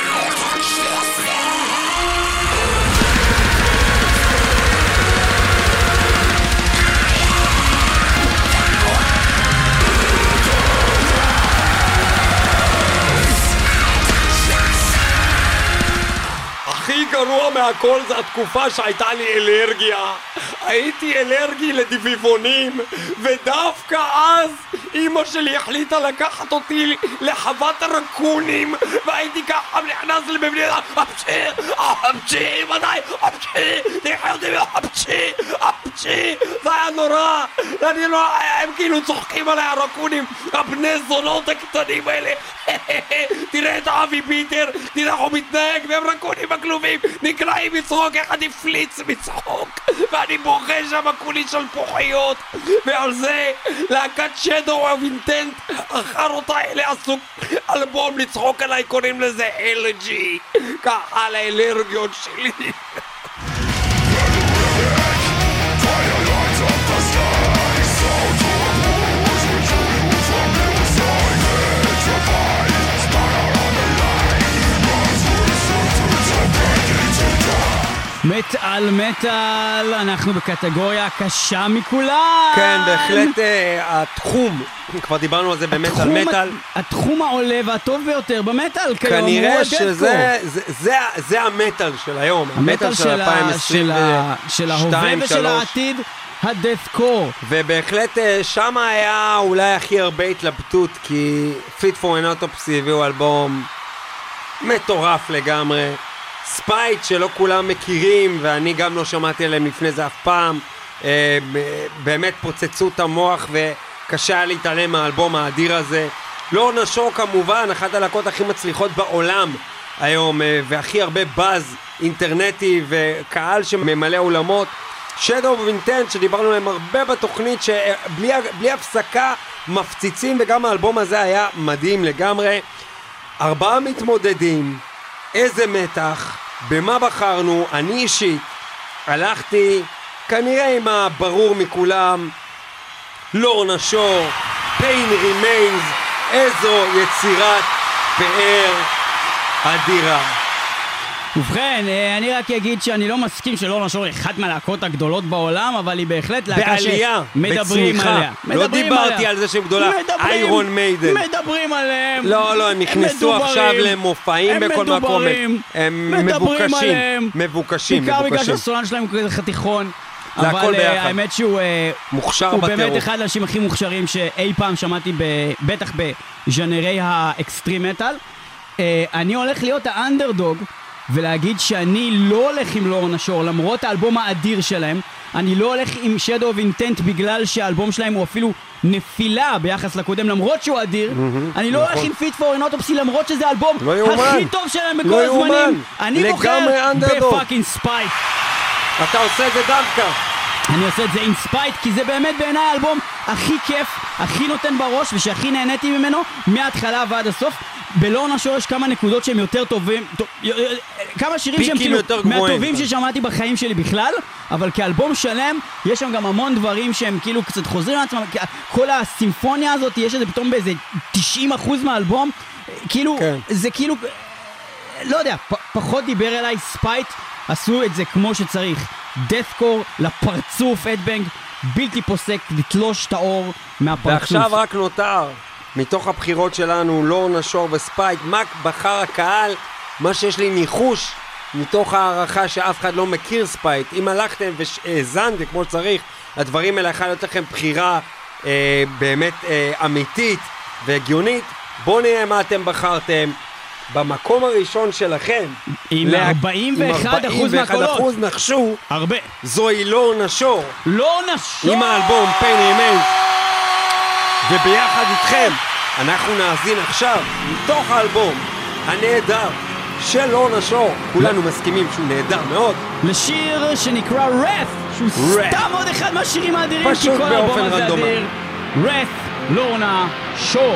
הכי גרוע מהכל זה התקופה שהייתה לי אלרגיה. הייתי אלרגי לדיביבונים, ודווקא אז אמא שלי החליטה לקחת אותי לחוות הרקונים, והייתי ככה נכנס לבבלי, אפצ'י, אפצ'י, ודאי, אפצ'י, תחי אותי, אפצ'י, אפצ'י, זה היה נורא. אני לא, הם כאילו צוחקים עליי הרקונים, הבני זונות הקטנים האלה. תראה את אבי ביטר, תראה איך הוא מתנהג, והם רקונים הכלובים נקלעים מצחוק, איך אני פליץ מצחוק, ואני בוכה שם כולי של פוחיות. ועל זה להקת שדו אבינטנט החרות האלה עשו אלבום לצחוק עליי, קוראים לזה אל ג'י, ככה על האלרגיות שלי. מטאל מטאל, אנחנו בקטגוריה הקשה מכולם. כן, בהחלט uh, התחום, כבר דיברנו על זה במטאל מטאל. התחום העולה והטוב ביותר במטאל כיום הוא כנראה הדאת'קור. שזה זה, זה, זה המטאל של היום, המטאל של אלפיים עשרים ושתיים של ההווה ושל העתיד, הדאת'קור. ובהחלט שם היה אולי הכי הרבה התלבטות, כי Fit for an Autopsy הביאו אלבום מטורף לגמרי. ספייט שלא כולם מכירים, ואני גם לא שמעתי עליהם לפני זה אף פעם. אה, באמת פוצצו את המוח וקשה היה להתעלם מהאלבום האדיר הזה. לא נשור כמובן, אחת הלהקות הכי מצליחות בעולם היום, אה, והכי הרבה באז אינטרנטי וקהל שממלא עולמות. שדו אבינטנט שדיברנו עליהם הרבה בתוכנית, שבלי בלי הפסקה מפציצים, וגם האלבום הזה היה מדהים לגמרי. ארבעה מתמודדים, איזה מתח, במה בחרנו? אני אישית הלכתי כנראה עם הברור מכולם, לורנה שור, Pain Remains, איזו יצירת פאר אדירה. ובכן, אני רק אגיד שאני לא מסכים שלא נשור אחת מהלהקות הגדולות בעולם, אבל היא בהחלט להקה שמדברים עליה. לא דיברתי על זה שהיא גדולה. איירון מיידן. מדברים עליהם. לא, לא, הם נכנסו עכשיו למופעים בכל מקום. הם מבוקשים. מבוקשים. בעיקר בגלל שהסולן שלהם הוא כזה חתיכון. אבל האמת שהוא מוכשר הוא בטירוף. באמת אחד האנשים הכי מוכשרים שאי פעם שמעתי, בטח בז'אנרי האקסטרים מטל. אני הולך להיות האנדרדוג ולהגיד שאני לא הולך עם לורנה שור למרות האלבום האדיר שלהם. אני לא הולך עם Shadow of Intent בגלל שהאלבום שלהם הוא אפילו נפילה ביחס לקודם למרות שהוא אדיר. אני לא הולך עם Fit for an Autopsy למרות שזה האלבום הכי טוב שלהם בכל הזמנים. אני בוחר בפאקינג ספייט. אתה עושה את זה דווקא. אני עושה את זה עם ספייט כי זה באמת בעיניי האלבום הכי כיף, הכי נותן בראש ושהכי נהניתי ממנו מההתחלה ועד הסוף. בלורנה שור יש כמה נקודות שהם יותר טובים, כמה שירים שהם כאילו מהטובים ששמעתי בחיים שלי בכלל, אבל כאלבום שלם יש שם גם המון דברים שהם כאילו קצת חוזרים לעצמם. כל הסימפוניה הזאת יש את זה פתאום באיזה תשעים אחוז מהאלבום, כאילו זה כאילו לא יודע, פחות דיבר אליי. ספייט עשו את זה כמו שצריך, דאת'קור לפרצוף, אדבנג בלתי פוסק, לתלוש את האור מהפרצוף. ועכשיו רק נותר מתוך הבחירות שלנו לורנה שור וספייט, מה בחר הקהל? מה שיש לי ניחוש מתוך הערכה שאף אחד לא מכיר ספייט, אם הלכתם והאזנתם כמו שצריך הדברים האלה, יכולה להיות לכם בחירה אה, באמת אה, אמיתית והגיונית. בואו נראה מה אתם בחרתם. במקום הראשון שלכם עם ארבעים ואחד אחוז מהקולות נחשו הרבה זוהי לורנה שור. לורנה שור עם האלבום Pain Remains, וביחד איתכם אנחנו נאזין עכשיו מתוך האלבום הנהדר של לורנה שור, כולנו מסכימים שהוא נהדר מאוד, לשיר שנקרא Wrath, שהוא סתם עוד אחד מהשירים האדירים כי כל האלבום הזה אדיר. Wrath, לורנה שור.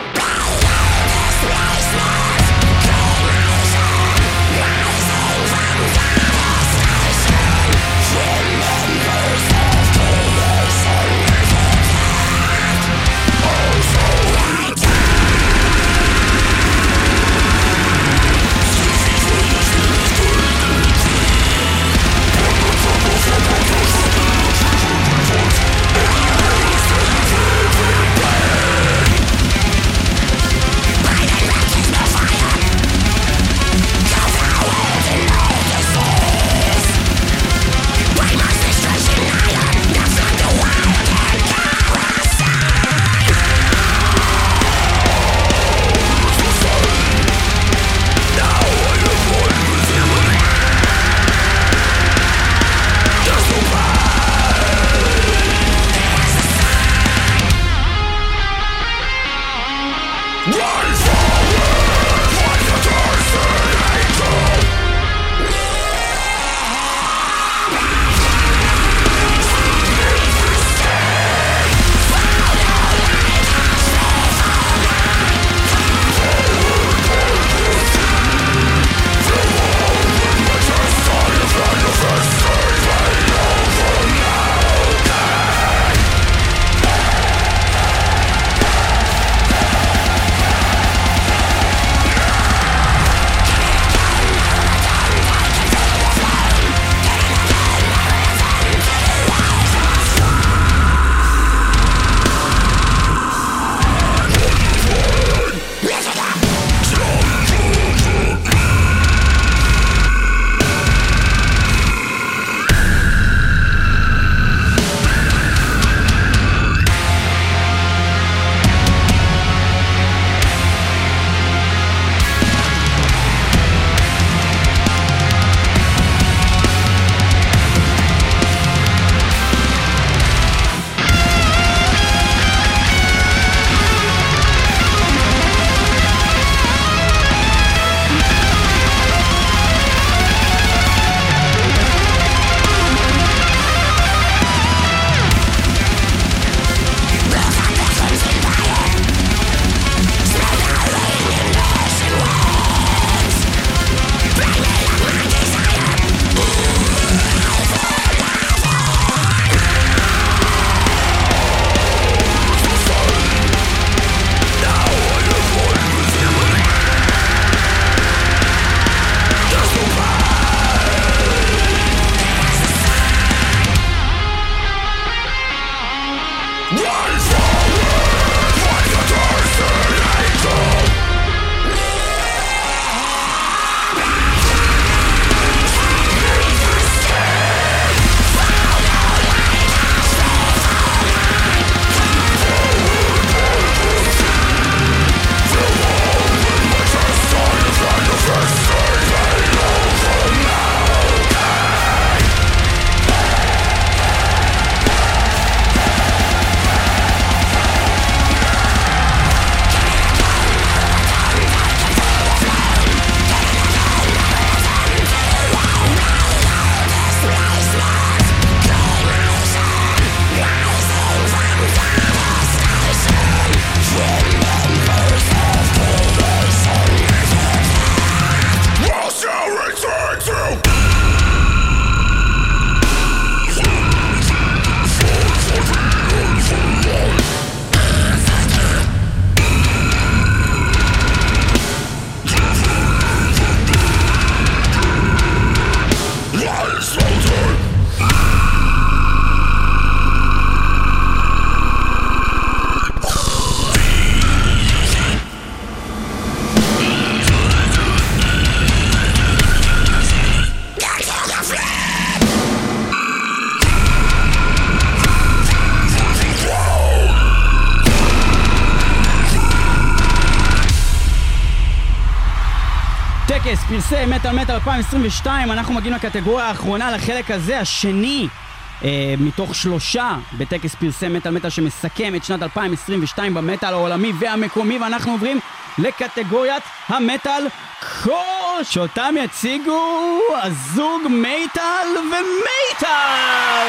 טקס פרסי מטל מטל אלפיים עשרים ושתיים, אנחנו מגיעים לקטגוריה האחרונה, לחלק הזה, השני אה, מתוך שלושה בטקס פרסי מטל מטל שמסכם את שנת אלפיים עשרים ושתיים במטל העולמי והמקומי, ואנחנו עוברים לקטגוריית המטל קור, שאותם יציגו הזוג מטל ומטל.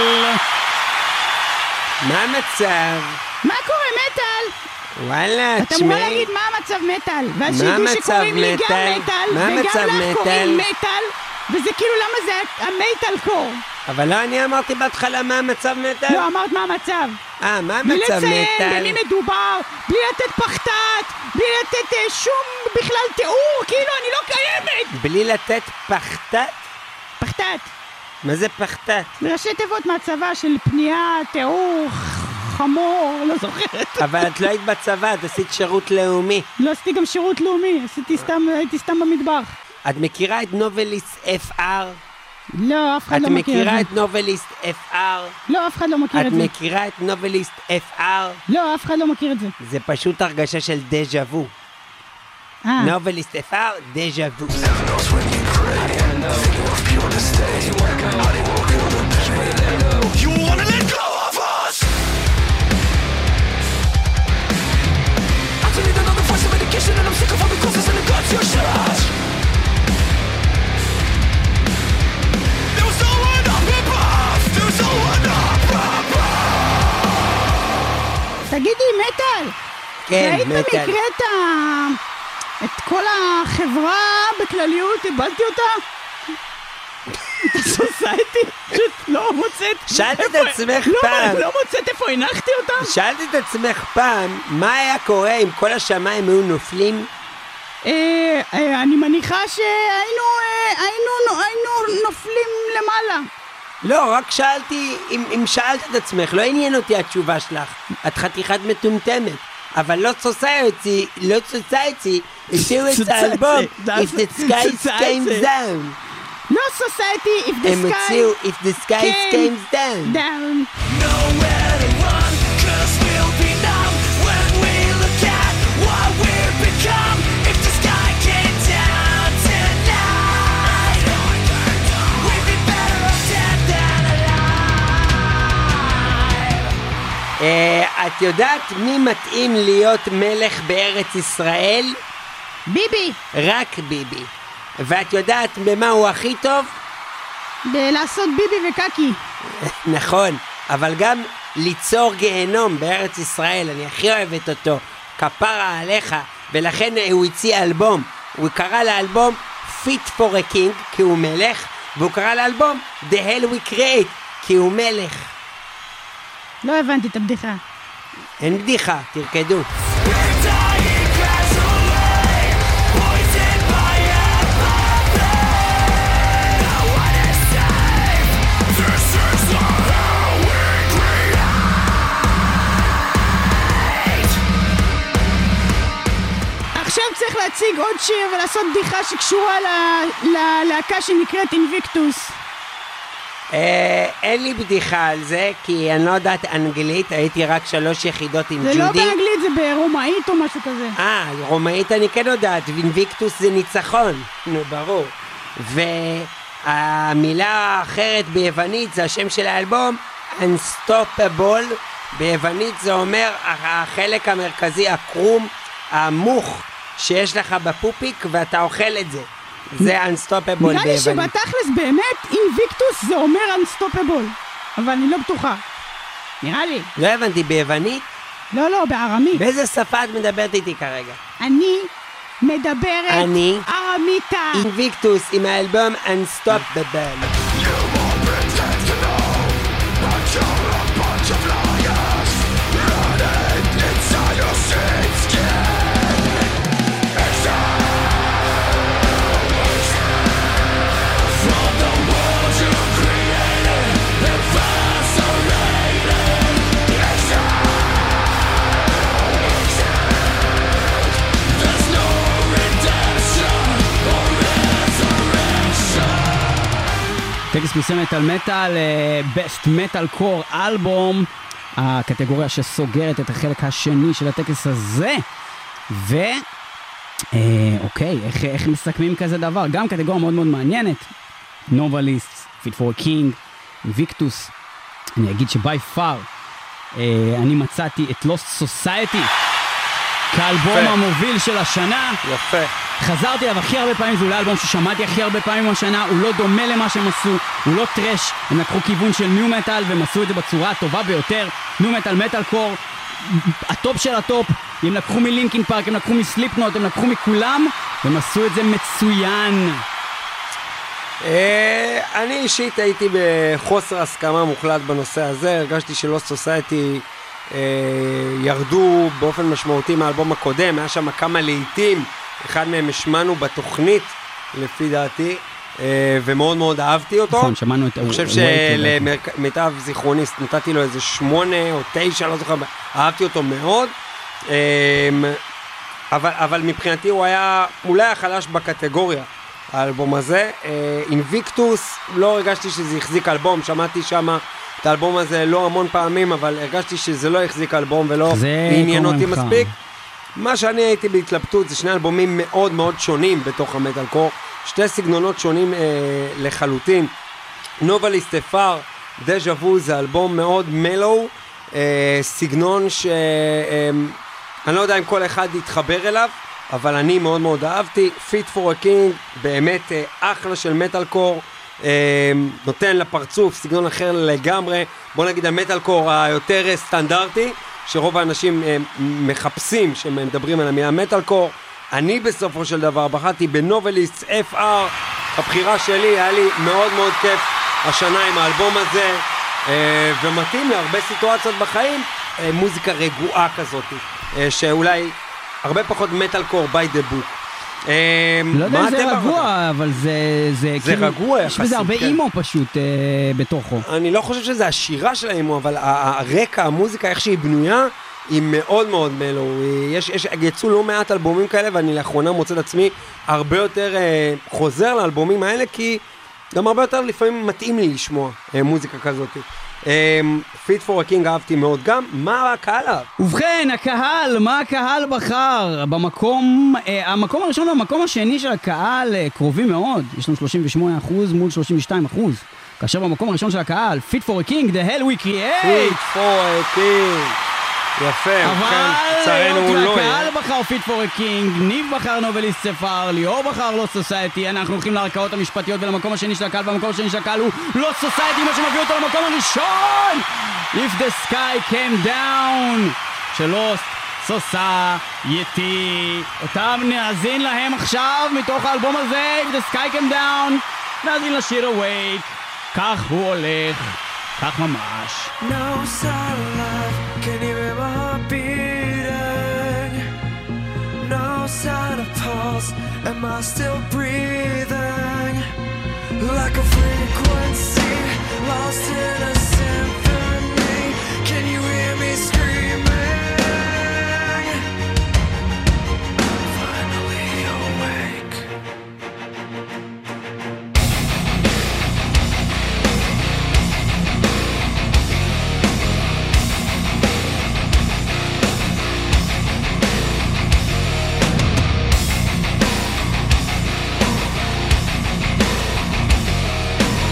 מה המצב? מה קורה מטל? וואלה, אתה אמורה להגיד מה המצב מטל, ואז שידעו שקוראים לי גם מטל, וגם לך קוראים מטל, וזה כאילו למה זה המטל קור. אבל לא, אני אמרתי בהתחלה מה המצב מטל? לא, אמרת מה המצב. אה, מה בלי המצב לציין מטל? במי מדובר, בלי לתת פחתת, בלי לתת אה, שום בכלל תיאור, כאילו אני לא קיימת. בלי לתת פחתת? פחתת. מה זה פחתת? זה ראשי תיבות מהצבא של פנייה, תיאור, חמור, לא זוכרת. אבל את לא היית בצבא, את עשית שירות לאומי. לא עשיתי גם שירות לאומי, עשיתי סתם, הייתי סתם במטבח. את מכירה את נובליסט אף אר? לא, אף אחד לא מכיר את את מכירה זה. את נובליסט אף אר? לא, אף אחד לא מכיר את את זה. מכירה את נובליסט אף אר? לא, אף אחד לא מכיר את זה. זה פשוט הרגשה של דז'ה וו. אה, נובליסט אף אר, דז'ה וו. You wanna let go of us? I don't need another voice of medication, and I'm sick of all the causes and the guts you're shut. There was no one up above. There was no one up above. תגידי, מטל, כן, ראית מטל. במקרה את ה... את כל החברה בכלליות, איבדתי אותה? את הסוסייטי, פשוט לא מוצאת... שאלת את איפה- עצמך לא, פעם. לא מוצאת איפה הנחתי אותה? שאלת את עצמך פעם, מה היה קורה אם כל השמיים היו נופלים? אה, אה, אני מניחה שהיינו אה, היינו, היינו נופלים למעלה. לא, רק שאלתי, אם, אם שאלת את עצמך, לא עניין אותי התשובה שלך. את חתיכת מטומטמת. אבל לא סוסייטי, לא סוסייטי, הציעו את האלבום If the Sky Comes Down. לא סוסייטי, if the הם sky... הציעו If the Sky כן. Comes Down. down. Nowhere to run, 'cause we'll be numb when we look at what we've become. If the sky came down tonight, we'd be better off dead than alive. אה, את יודעת מי מתאים להיות מלך בארץ ישראל? ביבי, רק ביבי. ואת יודעת במה הוא הכי טוב? בלעשות ביבי וקקי. נכון, אבל גם ליצור גיהנום בארץ ישראל, אני הכי אוהבת אותו, כפרה עליך, ולכן הוא הציע אלבום, הוא קרא לאלבום Fit for a King, כי הוא מלך, והוא קרא לאלבום The Hell We Create, כי הוא מלך. לא הבנתי את הבדיחה. אין בדיחה, תרקדו. We're dying gradually, poisoned by apathy. No one is safe. This is the hell we create. עכשיו צריך להציג עוד שיר ולעשות בדיחה שקשורה ל- ללהקה שנקראת אינביקטוס. אה, אין לי בדיחה על זה, כי אני לא יודעת אנגלית, הייתי רק שלוש יחידות עם זה ג'ודי. לא באנגלית, זה ברומאית או משהו כזה. אה, רומאית אני כן יודעת, ואינביקטוס זה ניצחון, נו ברור. והמילה האחרת ביוונית זה השם של האלבום, Unstoppable, ביוונית זה אומר החלק המרכזי, הקרום, המוך שיש לך בפופיק ואתה אוכל את זה. זה Unstoppable נראה לי ביוונית. שבתכלס באמת אינביקטוס זה אומר Unstoppable, אבל אני לא בטוחה. נראה לי. לא הבנתי, ביוונית? לא, לא, בארמית. באיזה שפה את מדברת איתי כרגע? אני מדברת אני? ארמיתה. אינביקטוס עם האלבום Unstoppable. טקס פרסי מטל מטל, בסט מטל קור אלבום, הקטגוריה שסוגרת את החלק השני של הטקס הזה, אה, אוקיי, איך, איך מסכמים כזה דבר? גם קטגוריה מאוד מאוד מעניינת. נובליסט, פיט פור קינג, ויקטוס. אני אגיד שבי פאר, אה, אני מצאתי את לוסט סוסייטי כאלבום יפה. המוביל של השנה. יפה. חזרתי אליו הכי הרבה פעמים, זה אולי אלבום ששמעתי הכי הרבה פעמים השנה, הוא לא דומה למה שהם עשו, הוא לא טרש, הם לקחו כיוון של ניו מטל והם עשו את זה בצורה הטובה ביותר, ניו מטל, מטל קור, הטופ של הטופ, הם לקחו מלינקין פארק, הם לקחו מסליפנוט, הם לקחו מכולם, והם עשו את זה מצוין. אני אישית הייתי בחוסר הסכמה מוחלט בנושא הזה, הרגשתי שלוסט סוסייטי ירדו באופן משמעותי מהאלבום הקודם, היה שם כמה לעיתים, אחד מהם השמענו בתוכנית לפי דעתי, ומאוד מאוד אהבתי אותו. נכון, שמענו את... אני חושב שלמיטב זיכרוניסט נתתי לו איזה שמונה או תשע, לא זוכר, אהבתי אותו מאוד, אבל, אבל מבחינתי הוא היה אולי החלש בקטגוריה, האלבום הזה. אינביקטוס, לא הרגשתי שזה החזיק אלבום, שמעתי שמה את האלבום הזה לא המון פעמים, אבל הרגשתי שזה לא החזיק אלבום ולא עניין אותי מספיק. מה שאני הייתי בהתלבטות זה שני אלבומים מאוד מאוד שונים בתוך המטל קור, שתי סגנונות שונים אה, לחלוטין. נובליסט אפר, דז'ה וו זה אלבום מאוד מלו, אה, סגנון ש... אה, אני לא יודע אם כל אחד יתחבר אליו, אבל אני מאוד מאוד אהבתי. פיט פור קינג, באמת אה, אחלה של מטל קור, אה, נותן לפרצוף סגנון אחר לגמרי, בוא נגיד המטל קור היותר סטנדרטי, שרוב האנשים אה, מחפשים שהם מדברים על המילה מטל קור. אני בסופו של דבר בחרתי בנובליסט אף אר, הבחירה שלי, היה לי מאוד מאוד כיף השנה עם האלבום הזה, אה, ומתאים להרבה סיטואציות בחיים, אה, מוזיקה רגועה כזאת, אה, שאולי הרבה פחות מטל קור by the book. לא יודע אם זה רגוע, אבל זה... זה רגוע יחסית. יש בזה הרבה אימו פשוט בתוכו. אני לא חושב שזה השירה של האימו, אבל הרקע, המוזיקה, איך שהיא בנויה, היא מאוד מאוד מלו. יש, יש, יצאו לא מעט אלבומים כאלה, ואני לאחרונה מוצא את עצמי הרבה יותר חוזר לאלבומים האלה, כי גם הרבה יותר לפעמים מתאים לי לשמוע מוזיקה כזאת. פיט פור קינג אהבתי מאוד גם. מה הקהל אהב? ובכן, הקהל, מה הקהל בחר? במקום, אה, המקום הראשון והמקום השני של הקהל אה, קרובים מאוד, יש לנו שלושים ושמונה אחוז מול שלושים ושתיים אחוז, כאשר במקום הראשון של הקהל, פיט פור קינג, The Hell We Create. פיט פור קינג, יפה, אבל לצערנו הוא לא הקהל יהיה. בחר פיט פור קינג, ניב בחר נובליסט אפר, ליאור בחר לוסט סוסייטי, אנחנו הולכים לערכאות המשפטיות ולמקום השני של הקהל, והמקום השני של הקהל הוא לוסט סוסייטי, מה שמביא אותו למקום הראשון, If the Sky Came Down של לוסט סוסייטי. אותם נאזין להם עכשיו מתוך האלבום הזה, If the Sky Came Down, נאזין לשיר Awake, כך הוא הולך, כך ממש. No sign of life, can you hear my heart beating? No sign of pulse, am I still breathing? Like a frequency, lost in a symphony, can you hear me screaming? Finally awake.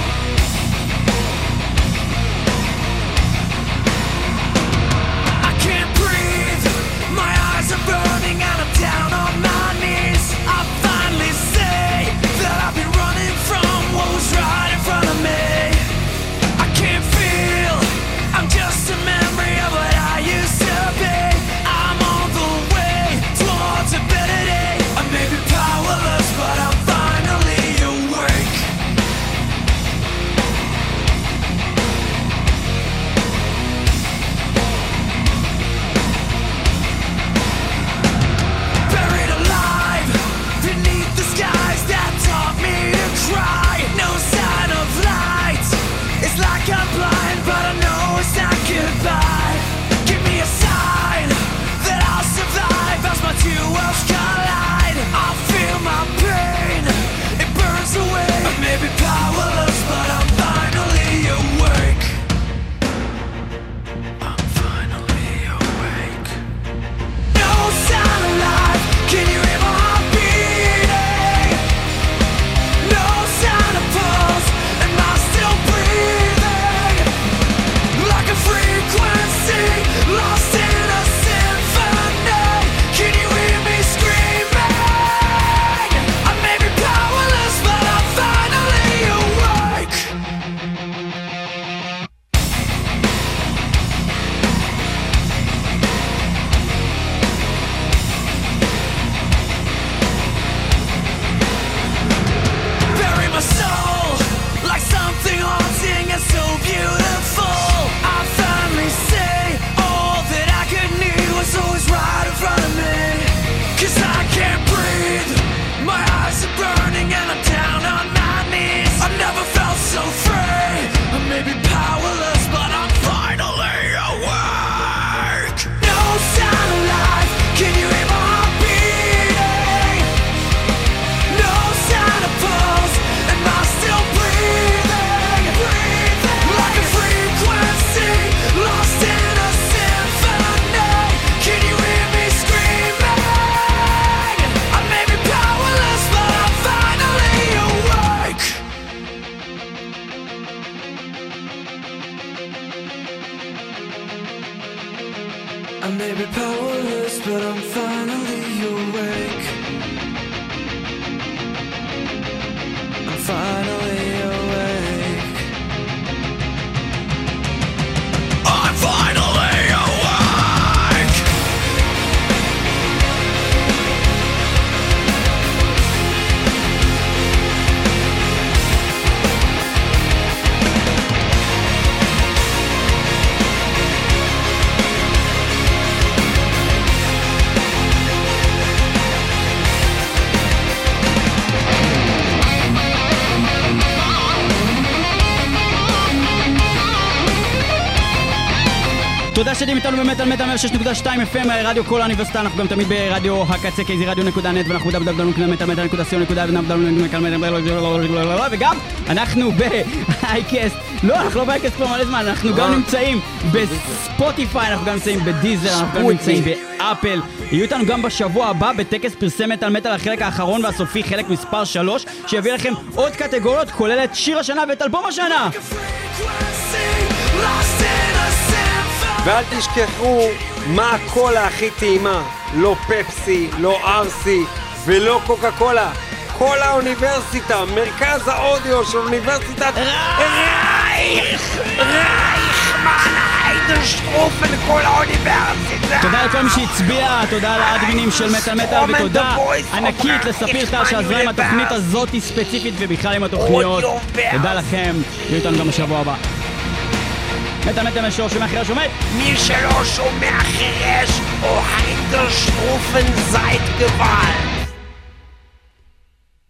I can't burning and I'm down on my knees. I've never felt so free. I may be powerless, but I'm finally awake. No sign of life. Can you hear my heart beating? No sign of pulse. Am I still breathing? Breathing like a frequency lost in a symphony. Can you hear me screaming? I may be powerless, but I'm finally awake. I may be powerless, but I'm finally awake. I'm finally awake. I'm finally awake. תודה שאתם איתנו באמת על מטה מאה ושש נקודה שתיים אף אם, רדיו כל האוניברסיטה, אנחנו גם תמיד ברדיו הקצה, קייזי רדיו נקודה נט, ואנחנו בדאבליו דאבליו דאבליו נקודה מטה נקודה סי או נקודה וגם אנחנו ב-אייקסט, לא, אנחנו לא ב-אייקסט כבר מלא זמן, אנחנו גם נמצאים בספוטיפיי, אנחנו גם נמצאים בדיזר, אנחנו גם נמצאים באפל, יהיו איתנו גם בשבוע הבא בטקס פרסי מטל מטל החלק האחרון והסופי, חלק מספר שלוש, שיביא לכם עוד קטגוריות, כוללת שיר השנה ואת אלבום השנה. ואל תשכחו מה הקולה הכי טעימה, לא פפסי, לא ארסי ולא קוקה קולה, כל האוניברסיטה, מרכז האודיו של אוניברסיטת רייך, רייכמן היידרשטרופן, כל האוניברסיטה. תודה לכל מי שהצביע, תודה לאדמינים של מטל מטל, ותודה ענקית לספיר טל שעזרה עם התוכנית הזאת ספציפית ובכלל עם התוכניות. תודה לכם, יהיו איתנו גם בשבוע הבא. מטה מטה מטה שלא שומע חירש עומד מי שלא שומע חירש או היידרשטרופן זית גבל